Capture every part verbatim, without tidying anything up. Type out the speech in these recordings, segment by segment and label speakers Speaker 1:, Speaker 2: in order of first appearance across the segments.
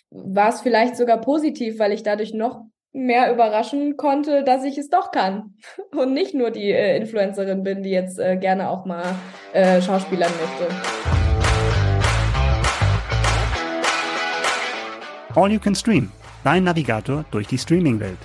Speaker 1: war es vielleicht sogar positiv, weil ich dadurch noch mehr überraschen konnte, dass ich es doch kann und nicht nur die äh, Influencerin bin, die jetzt äh, gerne auch mal äh, schauspielern möchte.
Speaker 2: All You Can Stream, dein Navigator durch die Streaming-Welt.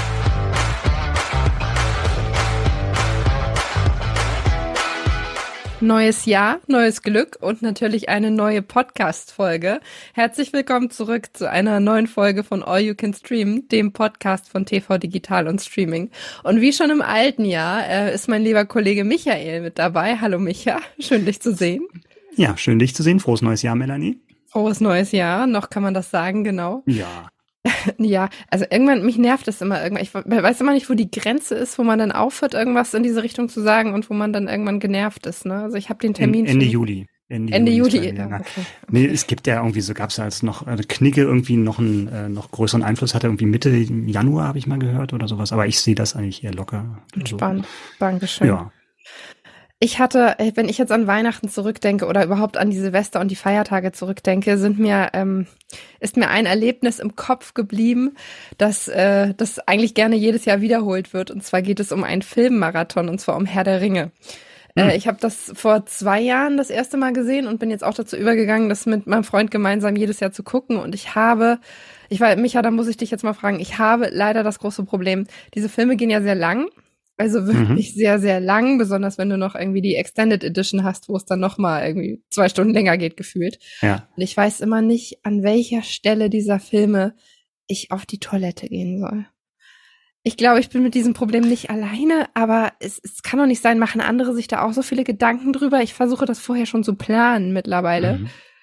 Speaker 3: Neues Jahr, neues Glück und natürlich eine neue Podcast-Folge. Herzlich willkommen zurück zu einer neuen Folge von All You Can Stream, dem Podcast von T V Digital und Streaming. Und wie schon im alten Jahr äh, ist mein lieber Kollege Michael mit dabei. Hallo Micha, schön dich zu sehen.
Speaker 2: Ja, schön dich zu sehen. Frohes neues Jahr, Melanie.
Speaker 3: Frohes neues Jahr, noch kann man das sagen, genau.
Speaker 2: Ja.
Speaker 3: Ja, also irgendwann, mich nervt es immer irgendwann. Ich weiß immer nicht, wo die Grenze ist, wo man dann aufhört, irgendwas in diese Richtung zu sagen und wo man dann irgendwann genervt ist. Ne? Also ich habe den Termin
Speaker 2: Ende
Speaker 3: schon.
Speaker 2: Juli. Ende,
Speaker 3: Ende
Speaker 2: Juli.
Speaker 3: Juli, ja, okay, okay.
Speaker 2: Nee, es gibt ja irgendwie, so gab es ja als noch äh, Knigge irgendwie noch einen äh, noch größeren Einfluss hatte, irgendwie Mitte Januar, habe ich mal gehört oder sowas. Aber ich sehe das eigentlich eher locker.
Speaker 3: Entspannt. So. Dankeschön.
Speaker 2: Ja.
Speaker 3: Ich hatte, wenn ich jetzt an Weihnachten zurückdenke oder überhaupt an die Silvester und die Feiertage zurückdenke, sind mir ähm, ist mir ein Erlebnis im Kopf geblieben, dass äh, das eigentlich gerne jedes Jahr wiederholt wird. Und zwar geht es um einen Filmmarathon, und zwar um Herr der Ringe. Hm. Äh, ich habe das vor zwei Jahren das erste Mal gesehen und bin jetzt auch dazu übergegangen, das mit meinem Freund gemeinsam jedes Jahr zu gucken. Und ich habe, ich war, Micha, da muss ich dich jetzt mal fragen, ich habe leider das große Problem, diese Filme gehen ja sehr lang. Also wirklich mhm. sehr, sehr lang, besonders wenn du noch irgendwie die Extended Edition hast, wo es dann noch mal irgendwie zwei Stunden länger geht, gefühlt.
Speaker 2: Ja.
Speaker 3: Und ich weiß immer nicht, an welcher Stelle dieser Filme ich auf die Toilette gehen soll. Ich glaube, ich bin mit diesem Problem nicht alleine, aber es, es kann doch nicht sein, machen andere sich da auch so viele Gedanken drüber? Ich versuche das vorher schon zu planen mittlerweile.
Speaker 2: Mhm.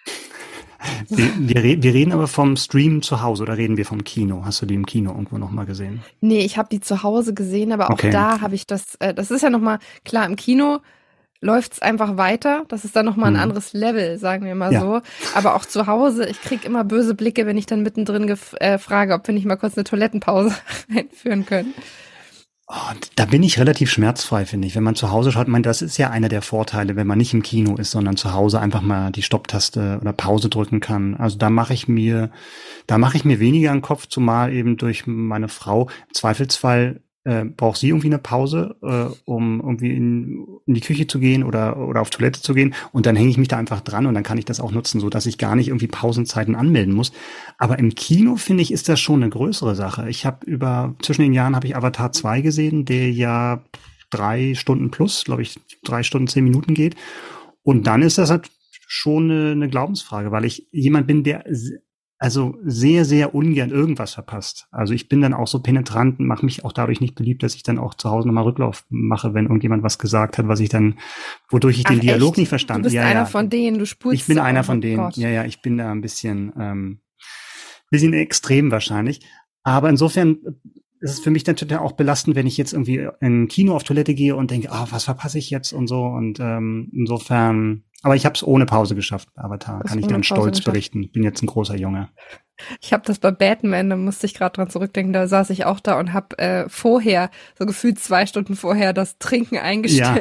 Speaker 2: Wir, wir, reden, wir reden aber vom Stream zu Hause oder reden wir vom Kino? Hast du die im Kino irgendwo nochmal gesehen?
Speaker 3: Nee, ich habe die zu Hause gesehen, aber auch
Speaker 2: okay.
Speaker 3: da habe ich das, äh, das ist ja nochmal, klar, im Kino läuft's einfach weiter. Das ist dann nochmal ein
Speaker 2: hm.
Speaker 3: anderes Level, sagen wir mal
Speaker 2: ja.
Speaker 3: so. Aber auch zu Hause, ich krieg immer böse Blicke, wenn ich dann mittendrin gef- äh, frage, ob wir nicht mal kurz eine Toilettenpause einführen können.
Speaker 2: Oh, da bin ich relativ schmerzfrei, finde ich. Wenn man zu Hause schaut, ich meine, das ist ja einer der Vorteile, wenn man nicht im Kino ist, sondern zu Hause einfach mal die Stopptaste oder Pause drücken kann. Also da mache ich mir, da mache ich mir weniger einen Kopf, zumal eben durch meine Frau. Im Zweifelsfall äh, braucht sie irgendwie eine Pause, äh, um irgendwie in, in die Küche zu gehen oder oder auf Toilette zu gehen. Und dann hänge ich mich da einfach dran und dann kann ich das auch nutzen, so dass ich gar nicht irgendwie Pausenzeiten anmelden muss. Aber im Kino, finde ich, ist das schon eine größere Sache. Ich habe über, zwischen den Jahren habe ich Avatar zwei gesehen, der ja drei Stunden plus, glaube ich, drei Stunden, zehn Minuten geht. Und dann ist das halt schon eine, eine Glaubensfrage, weil ich jemand bin, der also sehr, sehr ungern irgendwas verpasst. Also ich bin dann auch so penetrant und mache mich auch dadurch nicht beliebt, dass ich dann auch zu Hause nochmal Rücklauf mache, wenn irgendjemand was gesagt hat, was ich dann, wodurch ich
Speaker 3: Ach,
Speaker 2: den Dialog
Speaker 3: echt?
Speaker 2: nicht verstanden.
Speaker 3: Du bist
Speaker 2: ja,
Speaker 3: einer
Speaker 2: ja.
Speaker 3: von denen, du spulst.
Speaker 2: Ich bin einer von
Speaker 3: oh
Speaker 2: denen.
Speaker 3: Gott.
Speaker 2: Ja, ja, ich bin da ein bisschen, ähm, bisschen extrem wahrscheinlich. Aber insofern ist es für mich natürlich auch belastend, wenn ich jetzt irgendwie in Kino auf Toilette gehe und denke, ah, oh, was verpasse ich jetzt und so. Und ähm, insofern, aber ich habe es ohne Pause geschafft, Avatar, kann ich dann stolz berichten. Ich bin jetzt ein großer Junge.
Speaker 3: Ich habe das bei Batman, da musste ich gerade dran zurückdenken, da saß ich auch da und habe äh, vorher, so gefühlt zwei Stunden vorher, das Trinken eingestellt.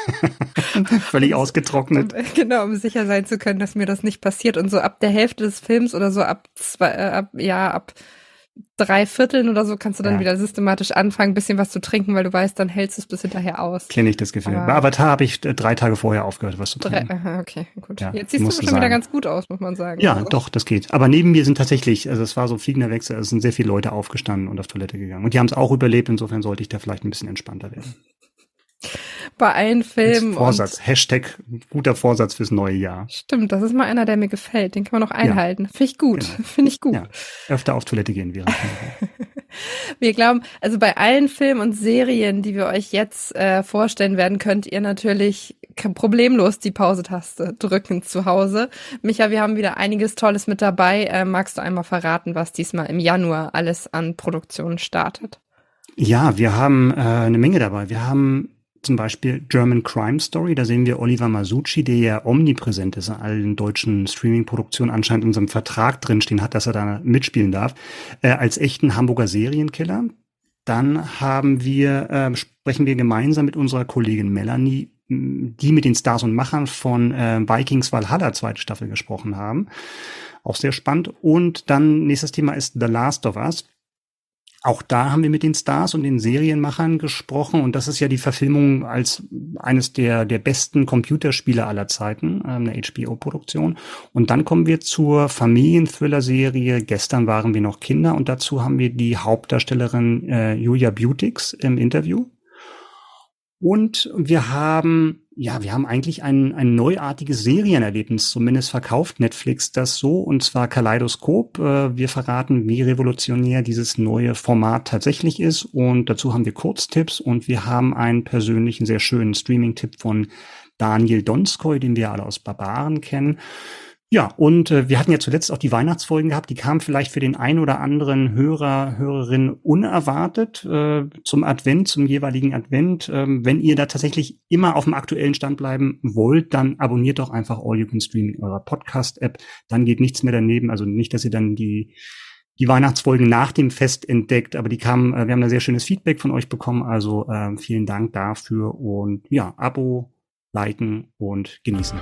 Speaker 2: Ja. Völlig ausgetrocknet.
Speaker 3: Um, genau, um sicher sein zu können, dass mir das nicht passiert. Und so ab der Hälfte des Films oder so ab zwei, äh, ab, ja, ab drei Vierteln oder so kannst du dann ja. wieder systematisch anfangen, ein bisschen was zu trinken, weil du weißt, dann hältst du es bis hinterher aus.
Speaker 2: Kenne ich das Gefühl.
Speaker 3: Aber
Speaker 2: bei Avatar habe ich drei Tage vorher aufgehört, was zu trinken.
Speaker 3: Drei, aha, okay, gut.
Speaker 2: Ja,
Speaker 3: jetzt siehst du schon
Speaker 2: sagen.
Speaker 3: wieder ganz gut aus, muss man sagen.
Speaker 2: Ja,
Speaker 3: also.
Speaker 2: Doch, das geht. Aber neben mir sind tatsächlich, also es war so ein fliegender Wechsel, es sind sehr viele Leute aufgestanden und auf Toilette gegangen. Und die haben es auch überlebt, insofern sollte ich da vielleicht ein bisschen entspannter werden.
Speaker 3: Bei allen Filmen.
Speaker 2: Vorsatz, Hashtag guter Vorsatz fürs neue Jahr.
Speaker 3: Stimmt, das ist mal einer, der mir gefällt. Den kann man noch einhalten. Ja. Finde ich gut. Genau. Finde ich gut. Ja.
Speaker 2: Öfter auf Toilette gehen wäre.
Speaker 3: Wir glauben, also bei allen Filmen und Serien, die wir euch jetzt äh, vorstellen werden, könnt ihr natürlich problemlos die Pause-Taste drücken zu Hause. Micha, wir haben wieder einiges Tolles mit dabei. Äh, magst du einmal verraten, was diesmal im Januar alles an Produktionen startet?
Speaker 2: Ja, wir haben äh, eine Menge dabei. Wir haben zum Beispiel German Crime Story, da sehen wir Oliver Masucci, der ja omnipräsent ist in allen deutschen Streaming-Produktionen, anscheinend in unserem Vertrag drinstehen hat, dass er da mitspielen darf, äh, als echten Hamburger Serienkiller. Dann haben wir, äh, sprechen wir gemeinsam mit unserer Kollegin Melanie, die mit den Stars und Machern von äh, Vikings Valhalla zweite Staffel gesprochen haben. Auch sehr spannend. Und dann nächstes Thema ist The Last of Us. Auch da haben wir mit den Stars und den Serienmachern gesprochen und das ist ja die Verfilmung als eines der der besten Computerspiele aller Zeiten, eine H B O-Produktion. Und dann kommen wir zur Familienthriller-Serie Gestern waren wir noch Kinder und dazu haben wir die Hauptdarstellerin äh, Julia Butix im Interview. Und wir haben, ja, wir haben eigentlich ein, ein neuartiges Serienerlebnis, zumindest verkauft Netflix das so, und zwar Kaleidoskop. Wir verraten, wie revolutionär dieses neue Format tatsächlich ist und dazu haben wir Kurztipps und wir haben einen persönlichen, sehr schönen Streaming-Tipp von Daniel Donskoy, den wir alle aus Barbaren kennen. Ja, und äh, wir hatten ja zuletzt auch die Weihnachtsfolgen gehabt, die kamen vielleicht für den einen oder anderen Hörer, Hörerin unerwartet äh, zum Advent, zum jeweiligen Advent. Ähm, wenn ihr da tatsächlich immer auf dem aktuellen Stand bleiben wollt, dann abonniert doch einfach All You Can Stream in eurer Podcast-App. Dann geht nichts mehr daneben, also nicht, dass ihr dann die die Weihnachtsfolgen nach dem Fest entdeckt, aber die kamen, äh, wir haben da sehr schönes Feedback von euch bekommen, also äh, vielen Dank dafür und ja, Abo, liken und genießen.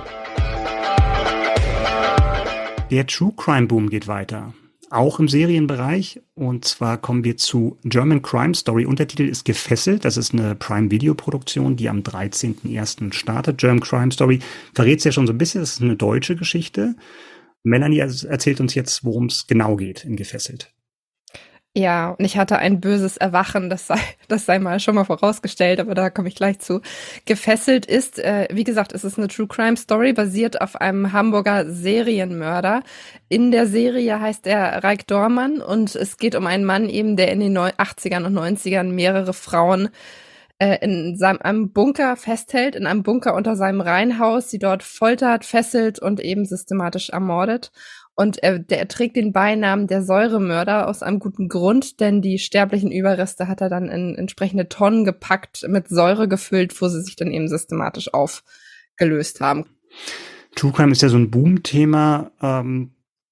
Speaker 2: Der True Crime Boom geht weiter. Auch im Serienbereich. Und zwar kommen wir zu German Crime Story. Untertitel ist Gefesselt. Das ist eine Prime-Video-Produktion, die am dreizehnten ersten startet. German Crime Story verrät es ja schon so ein bisschen. Das ist eine deutsche Geschichte. Melanie erzählt uns jetzt, worum es genau geht in Gefesselt.
Speaker 3: Ja, und ich hatte ein böses Erwachen, das sei, das sei mal schon mal vorausgestellt, aber da komme ich gleich zu. Gefesselt ist, äh, wie gesagt, es ist eine True Crime Story, basiert auf einem Hamburger Serienmörder. In der Serie heißt er Raik Dormann und es geht um einen Mann eben, der in den achtzigern und neunzigern mehrere Frauen äh, in seinem einem Bunker festhält, in einem Bunker unter seinem Reihenhaus, sie dort foltert, fesselt und eben systematisch ermordet. Und er, der, er trägt den Beinamen der Säuremörder aus einem guten Grund, denn die sterblichen Überreste hat er dann in entsprechende Tonnen gepackt, mit Säure gefüllt, wo sie sich dann eben systematisch aufgelöst haben.
Speaker 2: True Crime ist ja so ein Boom-Thema. Ähm,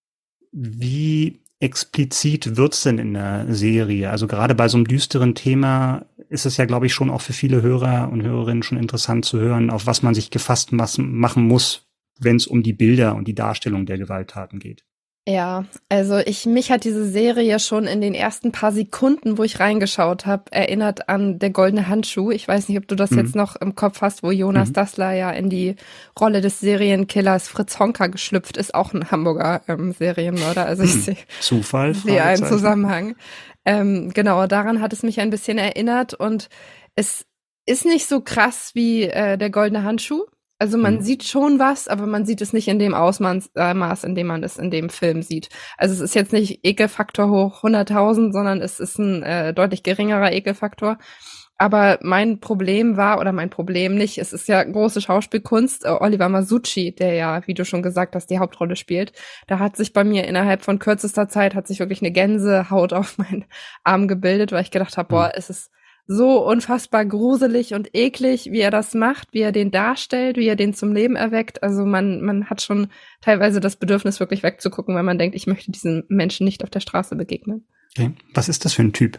Speaker 2: wie explizit wird's denn in der Serie? Also gerade bei so einem düsteren Thema ist es ja, glaube ich, schon auch für viele Hörer und Hörerinnen schon interessant zu hören, auf was man sich gefasst machen muss, wenn es um die Bilder und die Darstellung der Gewalttaten geht.
Speaker 3: Ja, also ich mich hat diese Serie schon in den ersten paar Sekunden, wo ich reingeschaut habe, erinnert an Der goldene Handschuh. Ich weiß nicht, ob du das mhm. jetzt noch im Kopf hast, wo Jonas mhm. Dassler ja in die Rolle des Serienkillers Fritz Honka geschlüpft ist, auch ein Hamburger ähm, Serienmörder. Also ich sehe
Speaker 2: Zufall,
Speaker 3: sehe einen Zusammenhang. Ähm, genau, daran hat es mich ein bisschen erinnert und es ist nicht so krass wie äh, Der goldene Handschuh. Also man mhm. sieht schon was, aber man sieht es nicht in dem Ausmaß, äh, Maß, in dem man es in dem Film sieht. Also es ist jetzt nicht Ekelfaktor hoch hunderttausend, sondern es ist ein äh, deutlich geringerer Ekelfaktor. Aber mein Problem war, oder mein Problem nicht, es ist ja große Schauspielkunst, äh, Oliver Masucci, der ja, wie du schon gesagt hast, die Hauptrolle spielt, da hat sich bei mir innerhalb von kürzester Zeit, hat sich wirklich eine Gänsehaut auf meinen Arm gebildet, weil ich gedacht habe, boah, es ist so unfassbar gruselig und eklig, wie er das macht, wie er den darstellt, wie er den zum Leben erweckt. Also man man hat schon teilweise das Bedürfnis, wirklich wegzugucken, weil man denkt, ich möchte diesen Menschen nicht auf der Straße begegnen.
Speaker 2: Okay. Was ist das für ein Typ?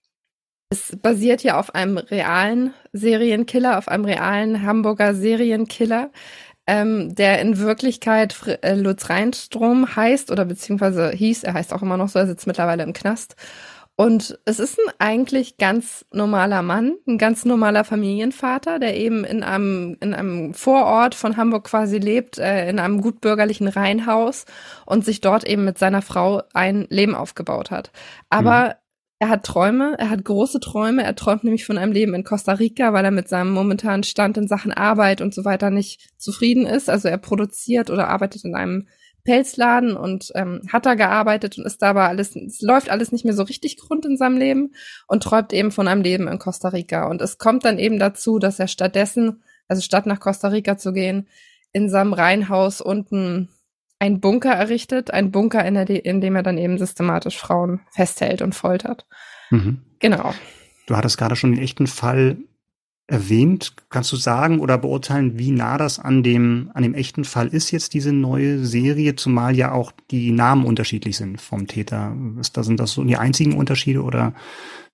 Speaker 3: Es basiert ja auf einem realen Serienkiller, auf einem realen Hamburger Serienkiller, ähm, der in Wirklichkeit Fr- äh, Lutz Reinstrom heißt oder beziehungsweise hieß, er heißt auch immer noch so, er sitzt mittlerweile im Knast. Und es ist ein eigentlich ganz normaler Mann, ein ganz normaler Familienvater, der eben in einem in einem Vorort von Hamburg quasi lebt, äh, in einem gutbürgerlichen Reihenhaus und sich dort eben mit seiner Frau ein Leben aufgebaut hat. Aber mhm. er hat Träume, er hat große Träume, er träumt nämlich von einem Leben in Costa Rica, weil er mit seinem momentanen Stand in Sachen Arbeit und so weiter nicht zufrieden ist. Also er produziert oder arbeitet in einem Pelzladen und ähm, hat da gearbeitet und ist da aber alles, es läuft alles nicht mehr so richtig rund in seinem Leben und träumt eben von einem Leben in Costa Rica. Und es kommt dann eben dazu, dass er stattdessen, also statt nach Costa Rica zu gehen, in seinem Reihenhaus unten einen Bunker errichtet, einen Bunker, in, der, in dem er dann eben systematisch Frauen festhält und foltert.
Speaker 2: Mhm.
Speaker 3: Genau.
Speaker 2: Du hattest gerade schon den echten Fall erwähnt. Kannst du sagen oder beurteilen, wie nah das an dem an dem echten Fall ist jetzt diese neue Serie, zumal ja auch die Namen unterschiedlich sind vom Täter? Ist da, sind das so die einzigen Unterschiede oder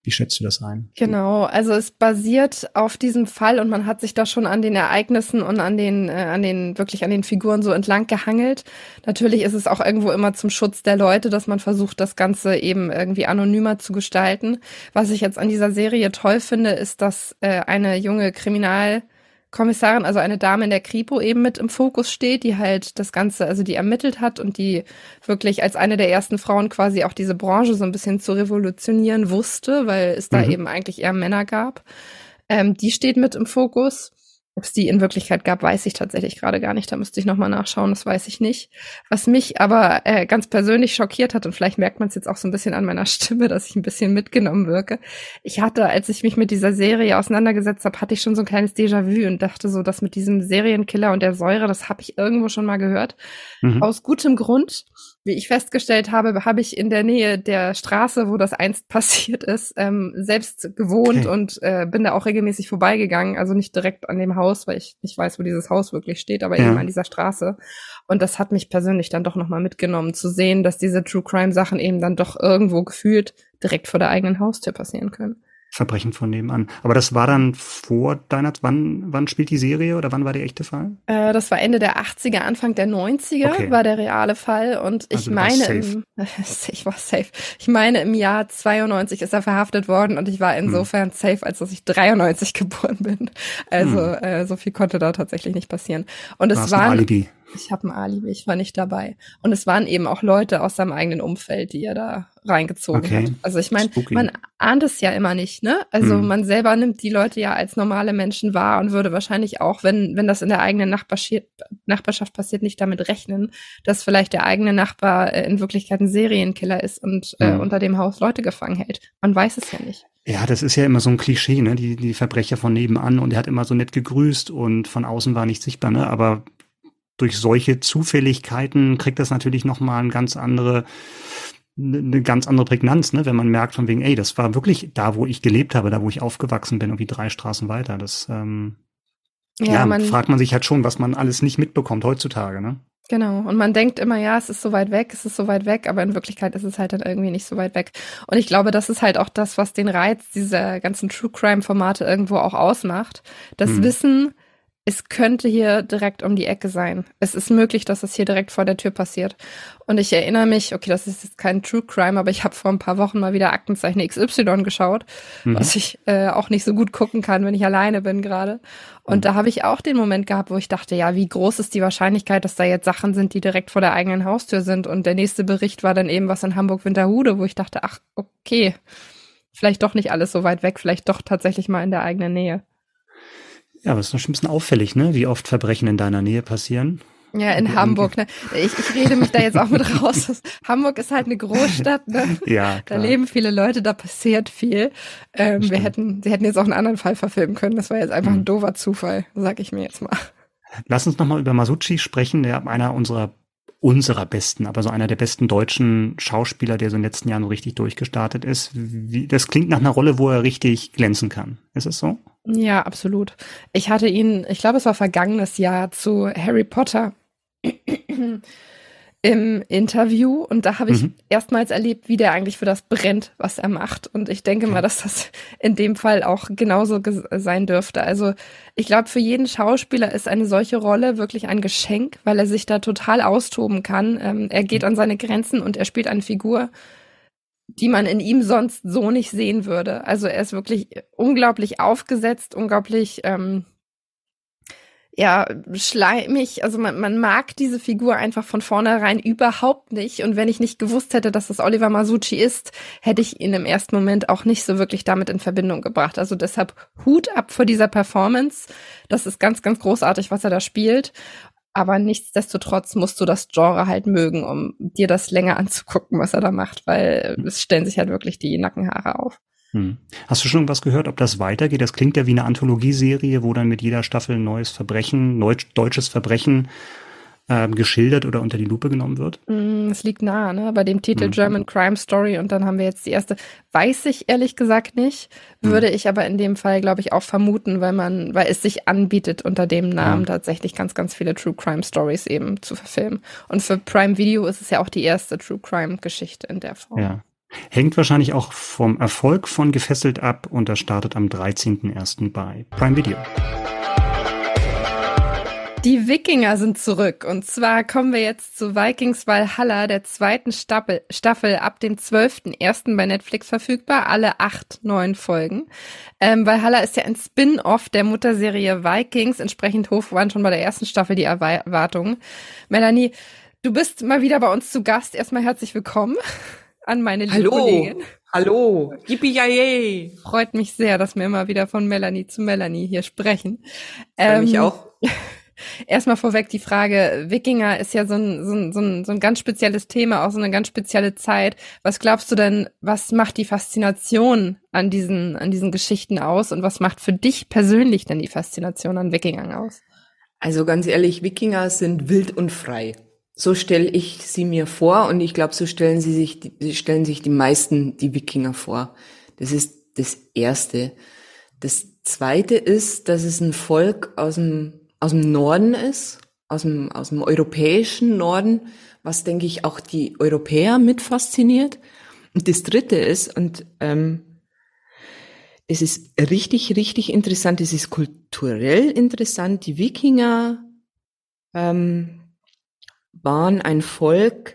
Speaker 2: Wie schätzt du das ein?
Speaker 3: Genau, also es basiert auf diesem Fall und man hat sich da schon an den Ereignissen und an den, äh, an den, wirklich an den Figuren so entlang gehangelt. Natürlich ist es auch irgendwo immer zum Schutz der Leute, dass man versucht, das Ganze eben irgendwie anonymer zu gestalten. Was ich jetzt an dieser Serie toll finde, ist, dass äh, eine junge Kriminal Kommissarin, also eine Dame in der Kripo eben mit im Fokus steht, die halt das Ganze, also die ermittelt hat und die wirklich als eine der ersten Frauen quasi auch diese Branche so ein bisschen zu revolutionieren wusste, weil es da mhm. eben eigentlich eher Männer gab. Ähm, die steht mit im Fokus. Ob es die in Wirklichkeit gab, weiß ich tatsächlich gerade gar nicht. Da müsste ich nochmal nachschauen, das weiß ich nicht. Was mich aber äh, ganz persönlich schockiert hat, und vielleicht merkt man es jetzt auch so ein bisschen an meiner Stimme, dass ich ein bisschen mitgenommen wirke. Ich hatte, als ich mich mit dieser Serie auseinandergesetzt habe, hatte ich schon so ein kleines Déjà-vu und dachte so, das mit diesem Serienkiller und der Säure, das habe ich irgendwo schon mal gehört. Mhm. Aus gutem Grund. Wie ich festgestellt habe, habe ich in der Nähe der Straße, wo das einst passiert ist, ähm, selbst gewohnt okay. und äh, bin da auch regelmäßig vorbeigegangen. Also nicht direkt an dem Haus, weil ich nicht weiß, wo dieses Haus wirklich steht, aber ja. eben an dieser Straße. Und das hat mich persönlich dann doch nochmal mitgenommen, zu sehen, dass diese True-Crime-Sachen eben dann doch irgendwo gefühlt direkt vor der eigenen Haustür passieren können.
Speaker 2: Verbrechen von nebenan. Aber das war dann vor deiner, wann, wann spielt die Serie oder wann war der echte Fall?
Speaker 3: Äh, das war Ende der achtziger, Anfang der neunziger okay. war der reale Fall und ich also meine, im, ich war safe. Ich meine, im Jahr zweiundneunzig ist er verhaftet worden und ich war insofern hm. safe, als dass ich dreiundneunzig geboren bin. Also hm. äh, so viel konnte da tatsächlich nicht passieren. Und es
Speaker 2: War's
Speaker 3: waren,
Speaker 2: ein Alibi?
Speaker 3: Ich habe ein Alibi, ich war nicht dabei. Und es waren eben auch Leute aus seinem eigenen Umfeld, die er da reingezogen okay. hat. Also ich meine, man ahnt es ja immer nicht, ne? Also hm. man selber nimmt die Leute ja als normale Menschen wahr und würde wahrscheinlich auch, wenn wenn das in der eigenen Nachbarschaft, Nachbarschaft passiert, nicht damit rechnen, dass vielleicht der eigene Nachbar äh, in Wirklichkeit ein Serienkiller ist und hm. äh, unter dem Haus Leute gefangen hält. Man weiß es ja nicht.
Speaker 2: Ja, das ist ja immer so ein Klischee, ne? Die die Verbrecher von nebenan und er hat immer so nett gegrüßt und von außen war nicht sichtbar, ne? Aber durch solche Zufälligkeiten kriegt das natürlich nochmal eine ganz andere, eine ganz andere Prägnanz, ne? Wenn man merkt von wegen, ey, das war wirklich da, wo ich gelebt habe, da, wo ich aufgewachsen bin, irgendwie drei Straßen weiter. Das, ähm, ja, ja man, fragt man sich halt schon, was man alles nicht mitbekommt heutzutage, ne?
Speaker 3: Genau. Und man denkt immer, ja, es ist so weit weg, es ist so weit weg, aber in Wirklichkeit ist es halt dann irgendwie nicht so weit weg. Und ich glaube, das ist halt auch das, was den Reiz dieser ganzen True-Crime-Formate irgendwo auch ausmacht. Das hm. Wissen, es könnte hier direkt um die Ecke sein. Es ist möglich, dass es hier direkt vor der Tür passiert. Und ich erinnere mich, okay, das ist jetzt kein True Crime, aber ich habe vor ein paar Wochen mal wieder Aktenzeichen X Y geschaut, mhm. was ich äh, auch nicht so gut gucken kann, wenn ich alleine bin gerade. Und mhm. da habe ich auch den Moment gehabt, wo ich dachte, ja, wie groß ist die Wahrscheinlichkeit, dass da jetzt Sachen sind, die direkt vor der eigenen Haustür sind. Und der nächste Bericht war dann eben was in Hamburg-Winterhude, wo ich dachte, ach, okay, vielleicht doch nicht alles so weit weg, vielleicht doch tatsächlich mal in der eigenen Nähe.
Speaker 2: Ja, aber es ist noch schon ein bisschen auffällig, ne? Wie oft Verbrechen in deiner Nähe passieren.
Speaker 3: Ja, in Hamburg, ne? Ich, ich rede mich da jetzt auch mit raus. Hamburg ist halt eine Großstadt, ne?
Speaker 2: Ja,
Speaker 3: klar. Da leben viele Leute, da passiert viel. Ähm, wir hätten, sie hätten jetzt auch einen anderen Fall verfilmen können. Das war jetzt einfach mhm. ein doofer Zufall, sag ich mir jetzt mal.
Speaker 2: Lass uns nochmal über Masucci sprechen, der einer unserer unserer besten, aber so einer der besten deutschen Schauspieler, der so in den letzten Jahren so richtig durchgestartet ist. Wie, das klingt nach einer Rolle, wo er richtig glänzen kann. Ist es so?
Speaker 3: Ja, absolut. Ich hatte ihn, ich glaube, es war vergangenes Jahr zu Harry Potter im Interview und da habe ich mhm. erstmals erlebt, wie der eigentlich für das brennt, was er macht. Und ich denke okay. mal, dass das in dem Fall auch genauso ges- sein dürfte. Also ich glaube, für jeden Schauspieler ist eine solche Rolle wirklich ein Geschenk, weil er sich da total austoben kann. Ähm, er geht an seine Grenzen und er spielt eine Figur, die man in ihm sonst so nicht sehen würde. Also er ist wirklich unglaublich aufgesetzt, unglaublich ähm, ja, schleimig, also man, man mag diese Figur einfach von vornherein überhaupt nicht und wenn ich nicht gewusst hätte, dass das Oliver Masucci ist, hätte ich ihn im ersten Moment auch nicht so wirklich damit in Verbindung gebracht. Also deshalb Hut ab vor dieser Performance, das ist ganz, ganz großartig, was er da spielt, aber nichtsdestotrotz musst du das Genre halt mögen, um dir das länger anzugucken, was er da macht, weil es stellen sich halt wirklich die Nackenhaare auf.
Speaker 2: Hm. Hast du schon was gehört, ob das weitergeht? Das klingt ja wie eine Anthologieserie, wo dann mit jeder Staffel ein neues Verbrechen, neu, deutsches Verbrechen äh, geschildert oder unter die Lupe genommen wird.
Speaker 3: Es liegt nah, ne? Bei dem Titel hm. German Crime Story und dann haben wir jetzt die erste. Weiß ich ehrlich gesagt nicht, würde hm. ich aber in dem Fall, glaube ich, auch vermuten, weil man, weil es sich anbietet, unter dem Namen hm. tatsächlich ganz, ganz viele True Crime Stories eben zu verfilmen. Und für Prime Video ist es ja auch die erste True Crime Geschichte in der Form.
Speaker 2: Ja. Hängt wahrscheinlich auch vom Erfolg von Gefesselt ab und das startet am dreizehnten ersten bei Prime Video.
Speaker 3: Die Wikinger sind zurück und zwar kommen wir jetzt zu Vikings Valhalla, der zweiten Staffel, Staffel ab dem zwölften ersten bei Netflix verfügbar, alle acht neuen Folgen. Ähm, Valhalla ist ja ein Spin-off der Mutterserie Vikings, entsprechend hoch waren schon bei der ersten Staffel die Erwartungen. Melanie, du bist mal wieder bei uns zu Gast, erstmal herzlich willkommen an meine liebe
Speaker 4: Hallo.
Speaker 3: Kollegin.
Speaker 4: Hallo, yippie-yay.
Speaker 3: Freut mich sehr, dass wir immer wieder von Melanie zu Melanie hier sprechen.
Speaker 4: Ähm, mich auch.
Speaker 3: Erstmal vorweg die Frage, Wikinger ist ja so ein, so, ein, so, ein, so ein ganz spezielles Thema, auch so eine ganz spezielle Zeit. Was glaubst du denn, was macht die Faszination an diesen, an diesen Geschichten aus und was macht für dich persönlich denn die Faszination an Wikingern aus?
Speaker 4: Also ganz ehrlich, Wikinger sind wild und frei. So stelle ich sie mir vor und ich glaube, so stellen sie sich, die, stellen sich die meisten die Wikinger vor. Das ist das Erste. Das Zweite ist, dass es ein Volk aus dem aus dem Norden ist, aus dem, aus dem europäischen Norden, was, denke ich, auch die Europäer mit fasziniert. Und das Dritte ist, und ähm, es ist richtig, richtig interessant, es ist kulturell interessant, die Wikinger ähm, waren ein Volk,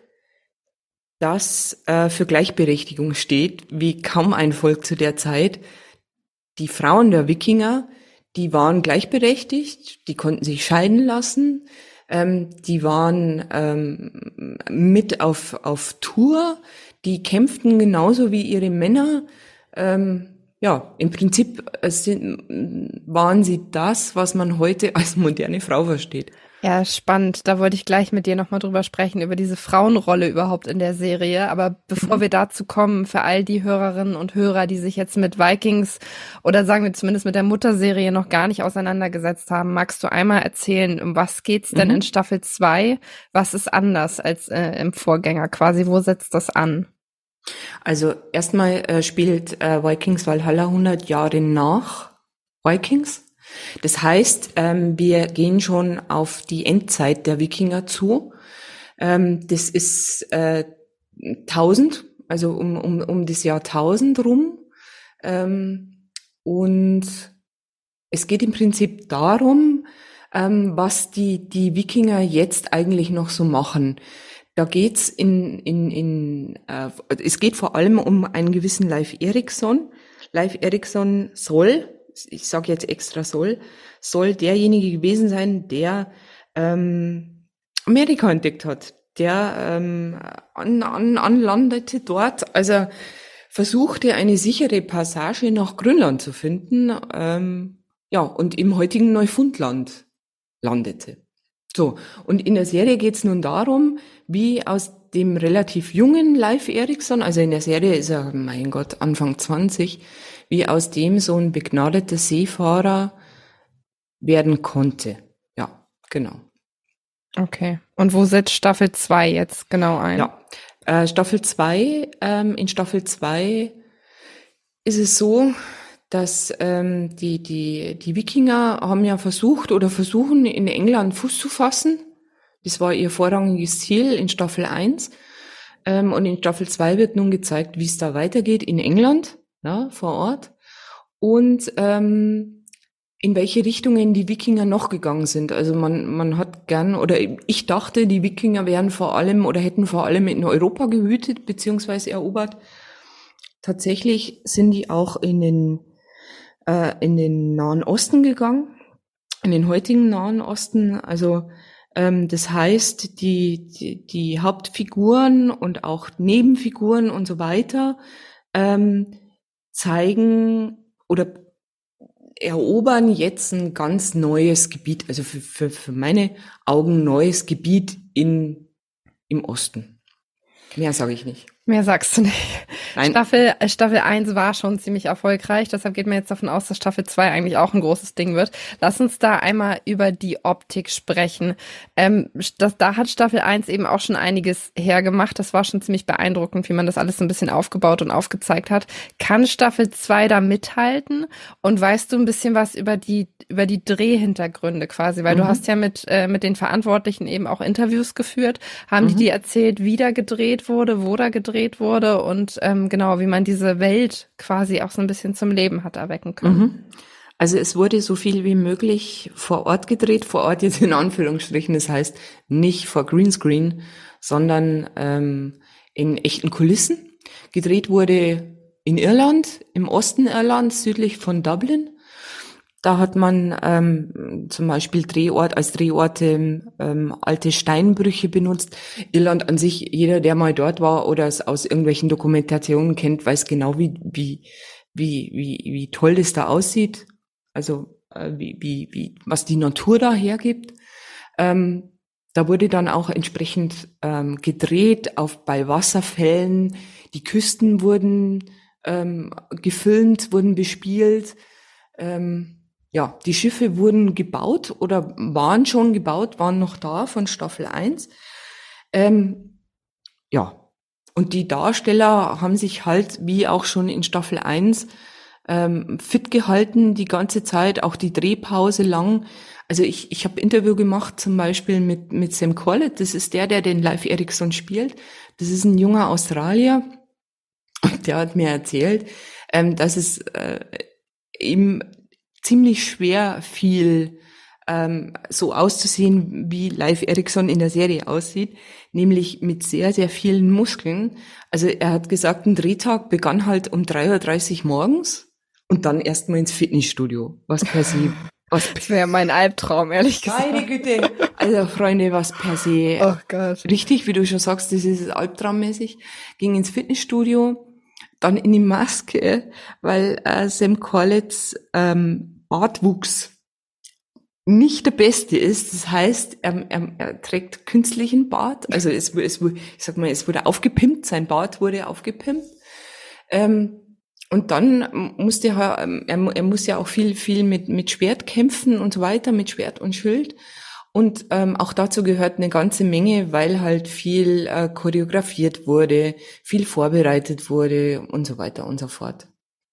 Speaker 4: das äh, für Gleichberechtigung steht, wie kaum ein Volk zu der Zeit. Die Frauen der Wikinger, die waren gleichberechtigt, die konnten sich scheiden lassen, ähm, die waren ähm, mit auf auf Tour, die kämpften genauso wie ihre Männer. Ähm, ja, im Prinzip sind, waren sie das, was man heute als moderne Frau versteht.
Speaker 3: Ja, spannend. Da wollte ich gleich mit dir nochmal drüber sprechen, über diese Frauenrolle überhaupt in der Serie. Aber bevor mhm. wir dazu kommen, für all die Hörerinnen und Hörer, die sich jetzt mit Vikings oder sagen wir zumindest mit der Mutterserie noch gar nicht auseinandergesetzt haben, magst du einmal erzählen, um was geht's denn mhm. in Staffel zwei? Was ist anders als äh, im Vorgänger quasi? Wo setzt das an?
Speaker 4: Also erstmal äh, spielt äh, Vikings Valhalla hundert Jahre nach Vikings. Das heißt, ähm, wir gehen schon auf die Endzeit der Wikinger zu. Ähm, das ist äh, tausend, also um, um, um das Jahr tausend rum. Ähm, und es geht im Prinzip darum, ähm, was die, die Wikinger jetzt eigentlich noch so machen. Da geht's in, in, in, äh, es geht vor allem um einen gewissen Leif Erikson. Leif Erikson soll, ich sage jetzt extra soll, soll derjenige gewesen sein, der ähm, Amerika entdeckt hat, der ähm, an, an, anlandete dort, also versuchte eine sichere Passage nach Grönland zu finden, ähm, ja, und im heutigen Neufundland landete. So, und in der Serie geht's nun darum, wie aus dem relativ jungen Leif Erikson, also in der Serie ist er, mein Gott, Anfang zwanzig, wie aus dem so ein begnadeter Seefahrer werden konnte. Ja, genau.
Speaker 3: Okay. Und wo setzt Staffel zwei jetzt genau ein?
Speaker 4: Ja, äh, Staffel zwei, ähm, in Staffel zwei ist es so, dass ähm, die die die Wikinger haben ja versucht oder versuchen in England Fuß zu fassen. Das war ihr vorrangiges Ziel in Staffel eins. Ähm, und in Staffel zwei wird nun gezeigt, wie es da weitergeht in England, ja, vor Ort. Und ähm, in welche Richtungen die Wikinger noch gegangen sind. Also man man hat gern, oder ich dachte, die Wikinger wären vor allem oder hätten vor allem in Europa gewütet beziehungsweise erobert. Tatsächlich sind die auch in den äh, in den Nahen Osten gegangen, in den heutigen Nahen Osten. Also ähm, das heißt, die, die die Hauptfiguren und auch Nebenfiguren und so weiter ähm, zeigen oder erobern jetzt ein ganz neues Gebiet, also für, für, für meine Augen neues Gebiet in, im Osten. Mehr sage ich nicht.
Speaker 3: Mehr sagst du nicht.
Speaker 4: Nein.
Speaker 3: Staffel, Staffel eins war schon ziemlich erfolgreich, deshalb geht man jetzt davon aus, dass Staffel zwei eigentlich auch ein großes Ding wird. Lass uns da einmal über die Optik sprechen. Ähm, das, da hat Staffel eins eben auch schon einiges hergemacht. Das war schon ziemlich beeindruckend, wie man das alles so ein bisschen aufgebaut und aufgezeigt hat. Kann Staffel zwei da mithalten? Und weißt du ein bisschen was über die über die Drehhintergründe quasi? Weil mhm. du hast ja mit äh, mit den Verantwortlichen eben auch Interviews geführt. Haben mhm. die dir erzählt, wie da gedreht wurde, wo da gedreht wurde und ähm, ähm, genau, wie man diese Welt quasi auch so ein bisschen zum Leben hat erwecken können.
Speaker 4: Mhm. Also es wurde so viel wie möglich vor Ort gedreht, vor Ort jetzt in Anführungsstrichen, das heißt nicht vor Greenscreen, sondern ähm, in echten Kulissen. Gedreht wurde in Irland, im Osten Irlands, südlich von Dublin. Da hat man ähm, zum Beispiel Drehort als Drehorte ähm, alte Steinbrüche benutzt. Irland an sich, jeder, der mal dort war oder es aus irgendwelchen Dokumentationen kennt, weiß genau, wie wie wie wie wie toll das da aussieht. Also äh, wie wie wie was die Natur da hergibt. Ähm, da wurde dann auch entsprechend ähm, gedreht auf bei Wasserfällen. Die Küsten wurden ähm, gefilmt, wurden bespielt. Ähm, ja, die Schiffe wurden gebaut oder waren schon gebaut, waren noch da von Staffel eins. Ähm, ja, und die Darsteller haben sich halt, wie auch schon in Staffel eins, ähm, fit gehalten die ganze Zeit, auch die Drehpause lang. Also ich ich habe Interview gemacht zum Beispiel mit mit Sam Corlett, das ist der, der den Leif Erikson spielt. Das ist ein junger Australier und der hat mir erzählt, ähm, dass es äh, ihm ziemlich schwer fiel, ähm, so auszusehen, wie Leif Erikson in der Serie aussieht, nämlich mit sehr, sehr vielen Muskeln. Also er hat gesagt, ein Drehtag begann halt um drei Uhr dreißig morgens und dann erstmal ins Fitnessstudio, was per se, was
Speaker 3: Das wäre mein Albtraum, ehrlich gesagt.
Speaker 4: meine Güte, also Freunde, was per se,
Speaker 3: Oh Gott.
Speaker 4: richtig, wie du schon sagst, das ist albtraummäßig, ging ins Fitnessstudio, dann in die Maske, weil äh, Sam Corletts ähm, Bartwuchs nicht der beste ist. Das heißt, er, er, er trägt künstlichen Bart. Also es, es, ich sag mal, es wurde aufgepimpt, sein Bart wurde aufgepimpt. Ähm, und dann musste er, er, er muss ja auch viel, viel mit, mit Schwert kämpfen und so weiter, mit Schwert und Schild. Und ähm, auch dazu gehört eine ganze Menge, weil halt viel äh, choreografiert wurde, viel vorbereitet wurde und so weiter und so fort.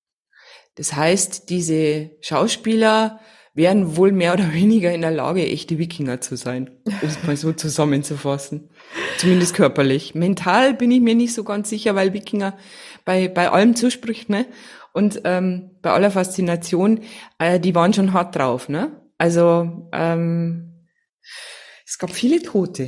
Speaker 4: Das heißt, diese Schauspieler wären wohl mehr oder weniger in der Lage, echte Wikinger zu sein, um es mal so zusammenzufassen. Zumindest körperlich. Mental bin ich mir nicht so ganz sicher, weil Wikinger bei bei allem zuspricht, ne? Und ähm, bei aller Faszination, äh, die waren schon hart drauf, ne? Also ähm, es gab viele Tote.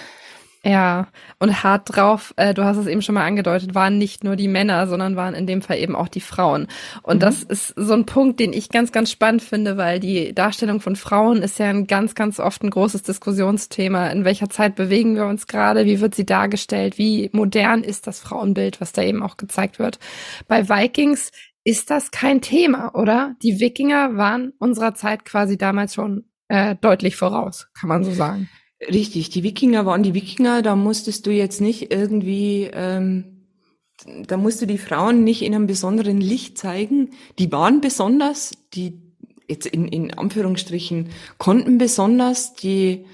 Speaker 3: Ja, und hart drauf, äh, du hast es eben schon mal angedeutet, waren nicht nur die Männer, sondern waren in dem Fall eben auch die Frauen. Und mhm. das ist so ein Punkt, den ich ganz, ganz spannend finde, weil die Darstellung von Frauen ist ja ein ganz, ganz oft ein großes Diskussionsthema. In welcher Zeit bewegen wir uns gerade? Wie wird sie dargestellt? Wie modern ist das Frauenbild, was da eben auch gezeigt wird? Bei Vikings ist das kein Thema, oder? Die Wikinger waren unserer Zeit quasi damals schon äh, deutlich voraus, kann man so sagen.
Speaker 4: Richtig, die Wikinger waren die Wikinger, da musstest du jetzt nicht irgendwie, ähm, da musst du die Frauen nicht in einem besonderen Licht zeigen. Die waren besonders, die jetzt in, in Anführungsstrichen konnten besonders, die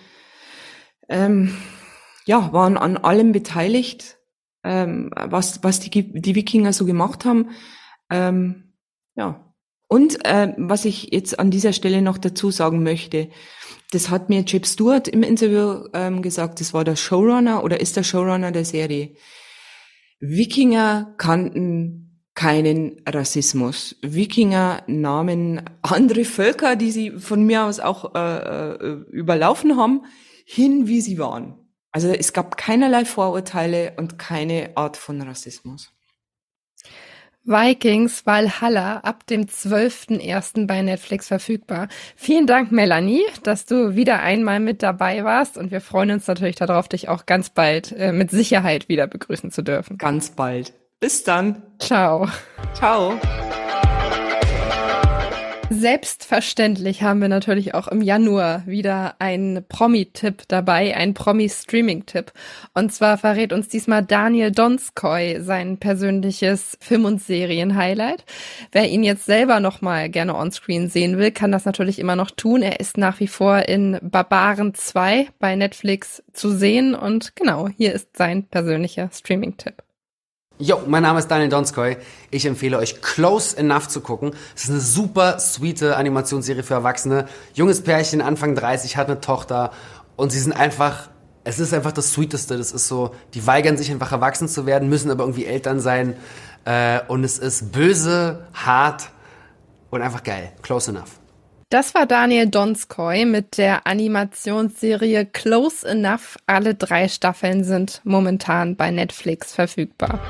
Speaker 4: ähm, ja waren an allem beteiligt, ähm, was was die die Wikinger so gemacht haben. Ähm, ja. Und äh, was ich jetzt an dieser Stelle noch dazu sagen möchte, das hat mir Jeb Stewart im Interview ähm, gesagt, das war der Showrunner oder ist der Showrunner der Serie. Wikinger kannten keinen Rassismus. Wikinger nahmen andere Völker, die sie von mir aus auch äh, überlaufen haben, hin, wie sie waren. Also es gab keinerlei Vorurteile und keine Art von Rassismus.
Speaker 3: Vikings Valhalla ab dem zwölften ersten bei Netflix verfügbar. Vielen Dank, Melanie, dass du wieder einmal mit dabei warst und wir freuen uns natürlich darauf, dich auch ganz bald äh, mit Sicherheit wieder begrüßen zu dürfen.
Speaker 4: Ganz bald. Bis dann.
Speaker 3: Ciao.
Speaker 4: Ciao.
Speaker 3: Selbstverständlich haben wir natürlich auch im Januar wieder einen Promi-Tipp dabei, einen Promi-Streaming-Tipp. Und zwar verrät uns diesmal Daniel Donskoy sein persönliches Film- und Serien-Highlight. Wer ihn jetzt selber nochmal gerne onscreen sehen will, kann das natürlich immer noch tun. Er ist nach wie vor in Barbaren zwei bei Netflix zu sehen. Und genau, hier ist sein persönlicher Streaming-Tipp.
Speaker 5: Jo, mein Name ist Daniel Donskoy. Ich empfehle euch Close Enough zu gucken. Es ist eine super sweete Animationsserie für Erwachsene. Junges Pärchen, Anfang dreißig, hat eine Tochter und sie sind einfach, es ist einfach das Sweeteste. Das ist so, die weigern sich einfach erwachsen zu werden, müssen aber irgendwie Eltern sein. Äh, und es ist böse, hart und einfach geil. Close Enough.
Speaker 3: Das war Daniel Donskoy mit der Animationsserie Close Enough. Alle drei Staffeln sind momentan bei Netflix verfügbar.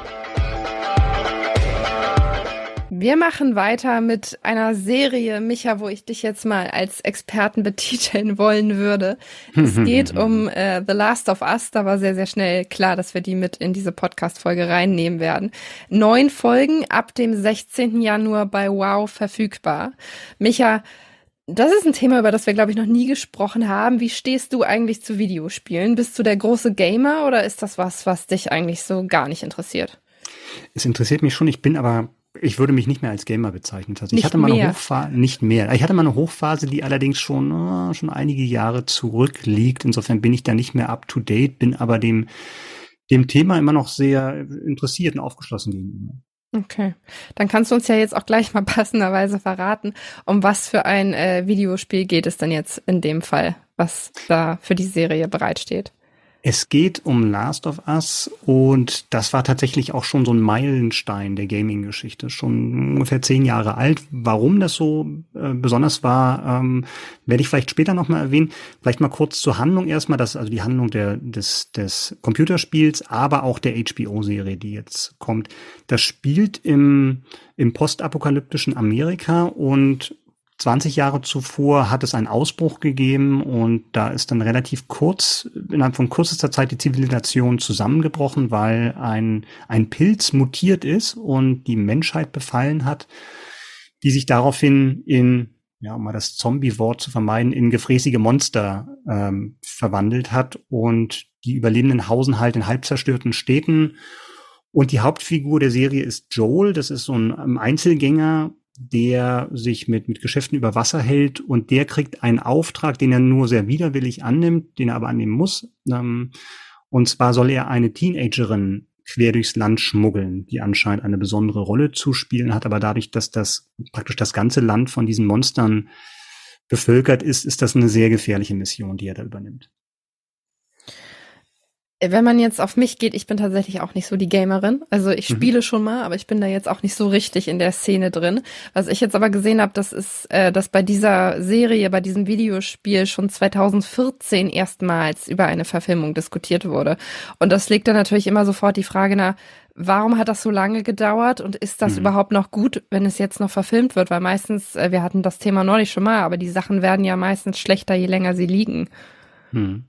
Speaker 3: Wir machen weiter mit einer Serie, Micha, wo ich dich jetzt mal als Experten betiteln wollen würde. Es geht um äh, The Last of Us. Da war sehr, sehr schnell klar, dass wir die mit in diese Podcast-Folge reinnehmen werden. Neun Folgen ab dem sechzehnten Januar bei Wow verfügbar. Micha, das ist ein Thema, über das wir, glaube ich, noch nie gesprochen haben. Wie stehst du eigentlich zu Videospielen? Bist du der große Gamer oder ist das was, was dich eigentlich so gar nicht interessiert?
Speaker 2: Es interessiert mich schon, ich bin aber, ich würde mich nicht mehr als Gamer bezeichnen. Also ich
Speaker 3: Nicht
Speaker 2: hatte mal
Speaker 3: mehr.
Speaker 2: eine Hochphase, nicht mehr. Ich hatte mal eine Hochphase, die allerdings schon, äh, schon einige Jahre zurückliegt. Insofern bin ich da nicht mehr up to date, bin aber dem, dem Thema immer noch sehr interessiert und aufgeschlossen gegenüber.
Speaker 3: Okay, dann kannst du uns ja jetzt auch gleich mal passenderweise verraten, um was für ein äh, Videospiel geht es denn jetzt in dem Fall, was da für die Serie bereitsteht?
Speaker 2: Es geht um Last of Us und das war tatsächlich auch schon so ein Meilenstein der Gaming-Geschichte, schon ungefähr zehn Jahre alt. Warum das so äh, besonders war, ähm, werde ich vielleicht später nochmal erwähnen. Vielleicht mal kurz zur Handlung erstmal, das ist also die Handlung der, des, des Computerspiels, aber auch der H B O-Serie, die jetzt kommt. Das spielt im, im postapokalyptischen Amerika und zwanzig Jahre zuvor hat es einen Ausbruch gegeben und da ist dann relativ kurz, innerhalb von kürzester Zeit die Zivilisation zusammengebrochen, weil ein, ein Pilz mutiert ist und die Menschheit befallen hat, die sich daraufhin in, ja, um mal das Zombie-Wort zu vermeiden, in gefräßige Monster ähm, verwandelt hat und die Überlebenden hausen halt in halb zerstörten Städten. Und die Hauptfigur der Serie ist Joel, das ist so ein Einzelgänger, der sich mit, mit Geschäften über Wasser hält und der kriegt einen Auftrag, den er nur sehr widerwillig annimmt, den er aber annehmen muss. Ähm, und zwar soll er eine Teenagerin quer durchs Land schmuggeln, die anscheinend eine besondere Rolle zu spielen hat, aber dadurch, dass das praktisch das ganze Land von diesen Monstern bevölkert ist, ist das eine sehr gefährliche Mission, die er da übernimmt.
Speaker 3: Wenn man jetzt auf mich geht, ich bin tatsächlich auch nicht so die Gamerin. Also ich spiele mhm. schon mal, aber ich bin da jetzt auch nicht so richtig in der Szene drin. Was ich jetzt aber gesehen habe, das ist, äh, dass bei dieser Serie, bei diesem Videospiel schon zweitausendvierzehn erstmals über eine Verfilmung diskutiert wurde. Und das legt dann natürlich immer sofort die Frage nach, warum hat das so lange gedauert und ist das mhm. überhaupt noch gut, wenn es jetzt noch verfilmt wird? Weil meistens, äh, wir hatten das Thema neulich schon mal, aber die Sachen werden ja meistens schlechter, je länger sie liegen.
Speaker 2: Mhm.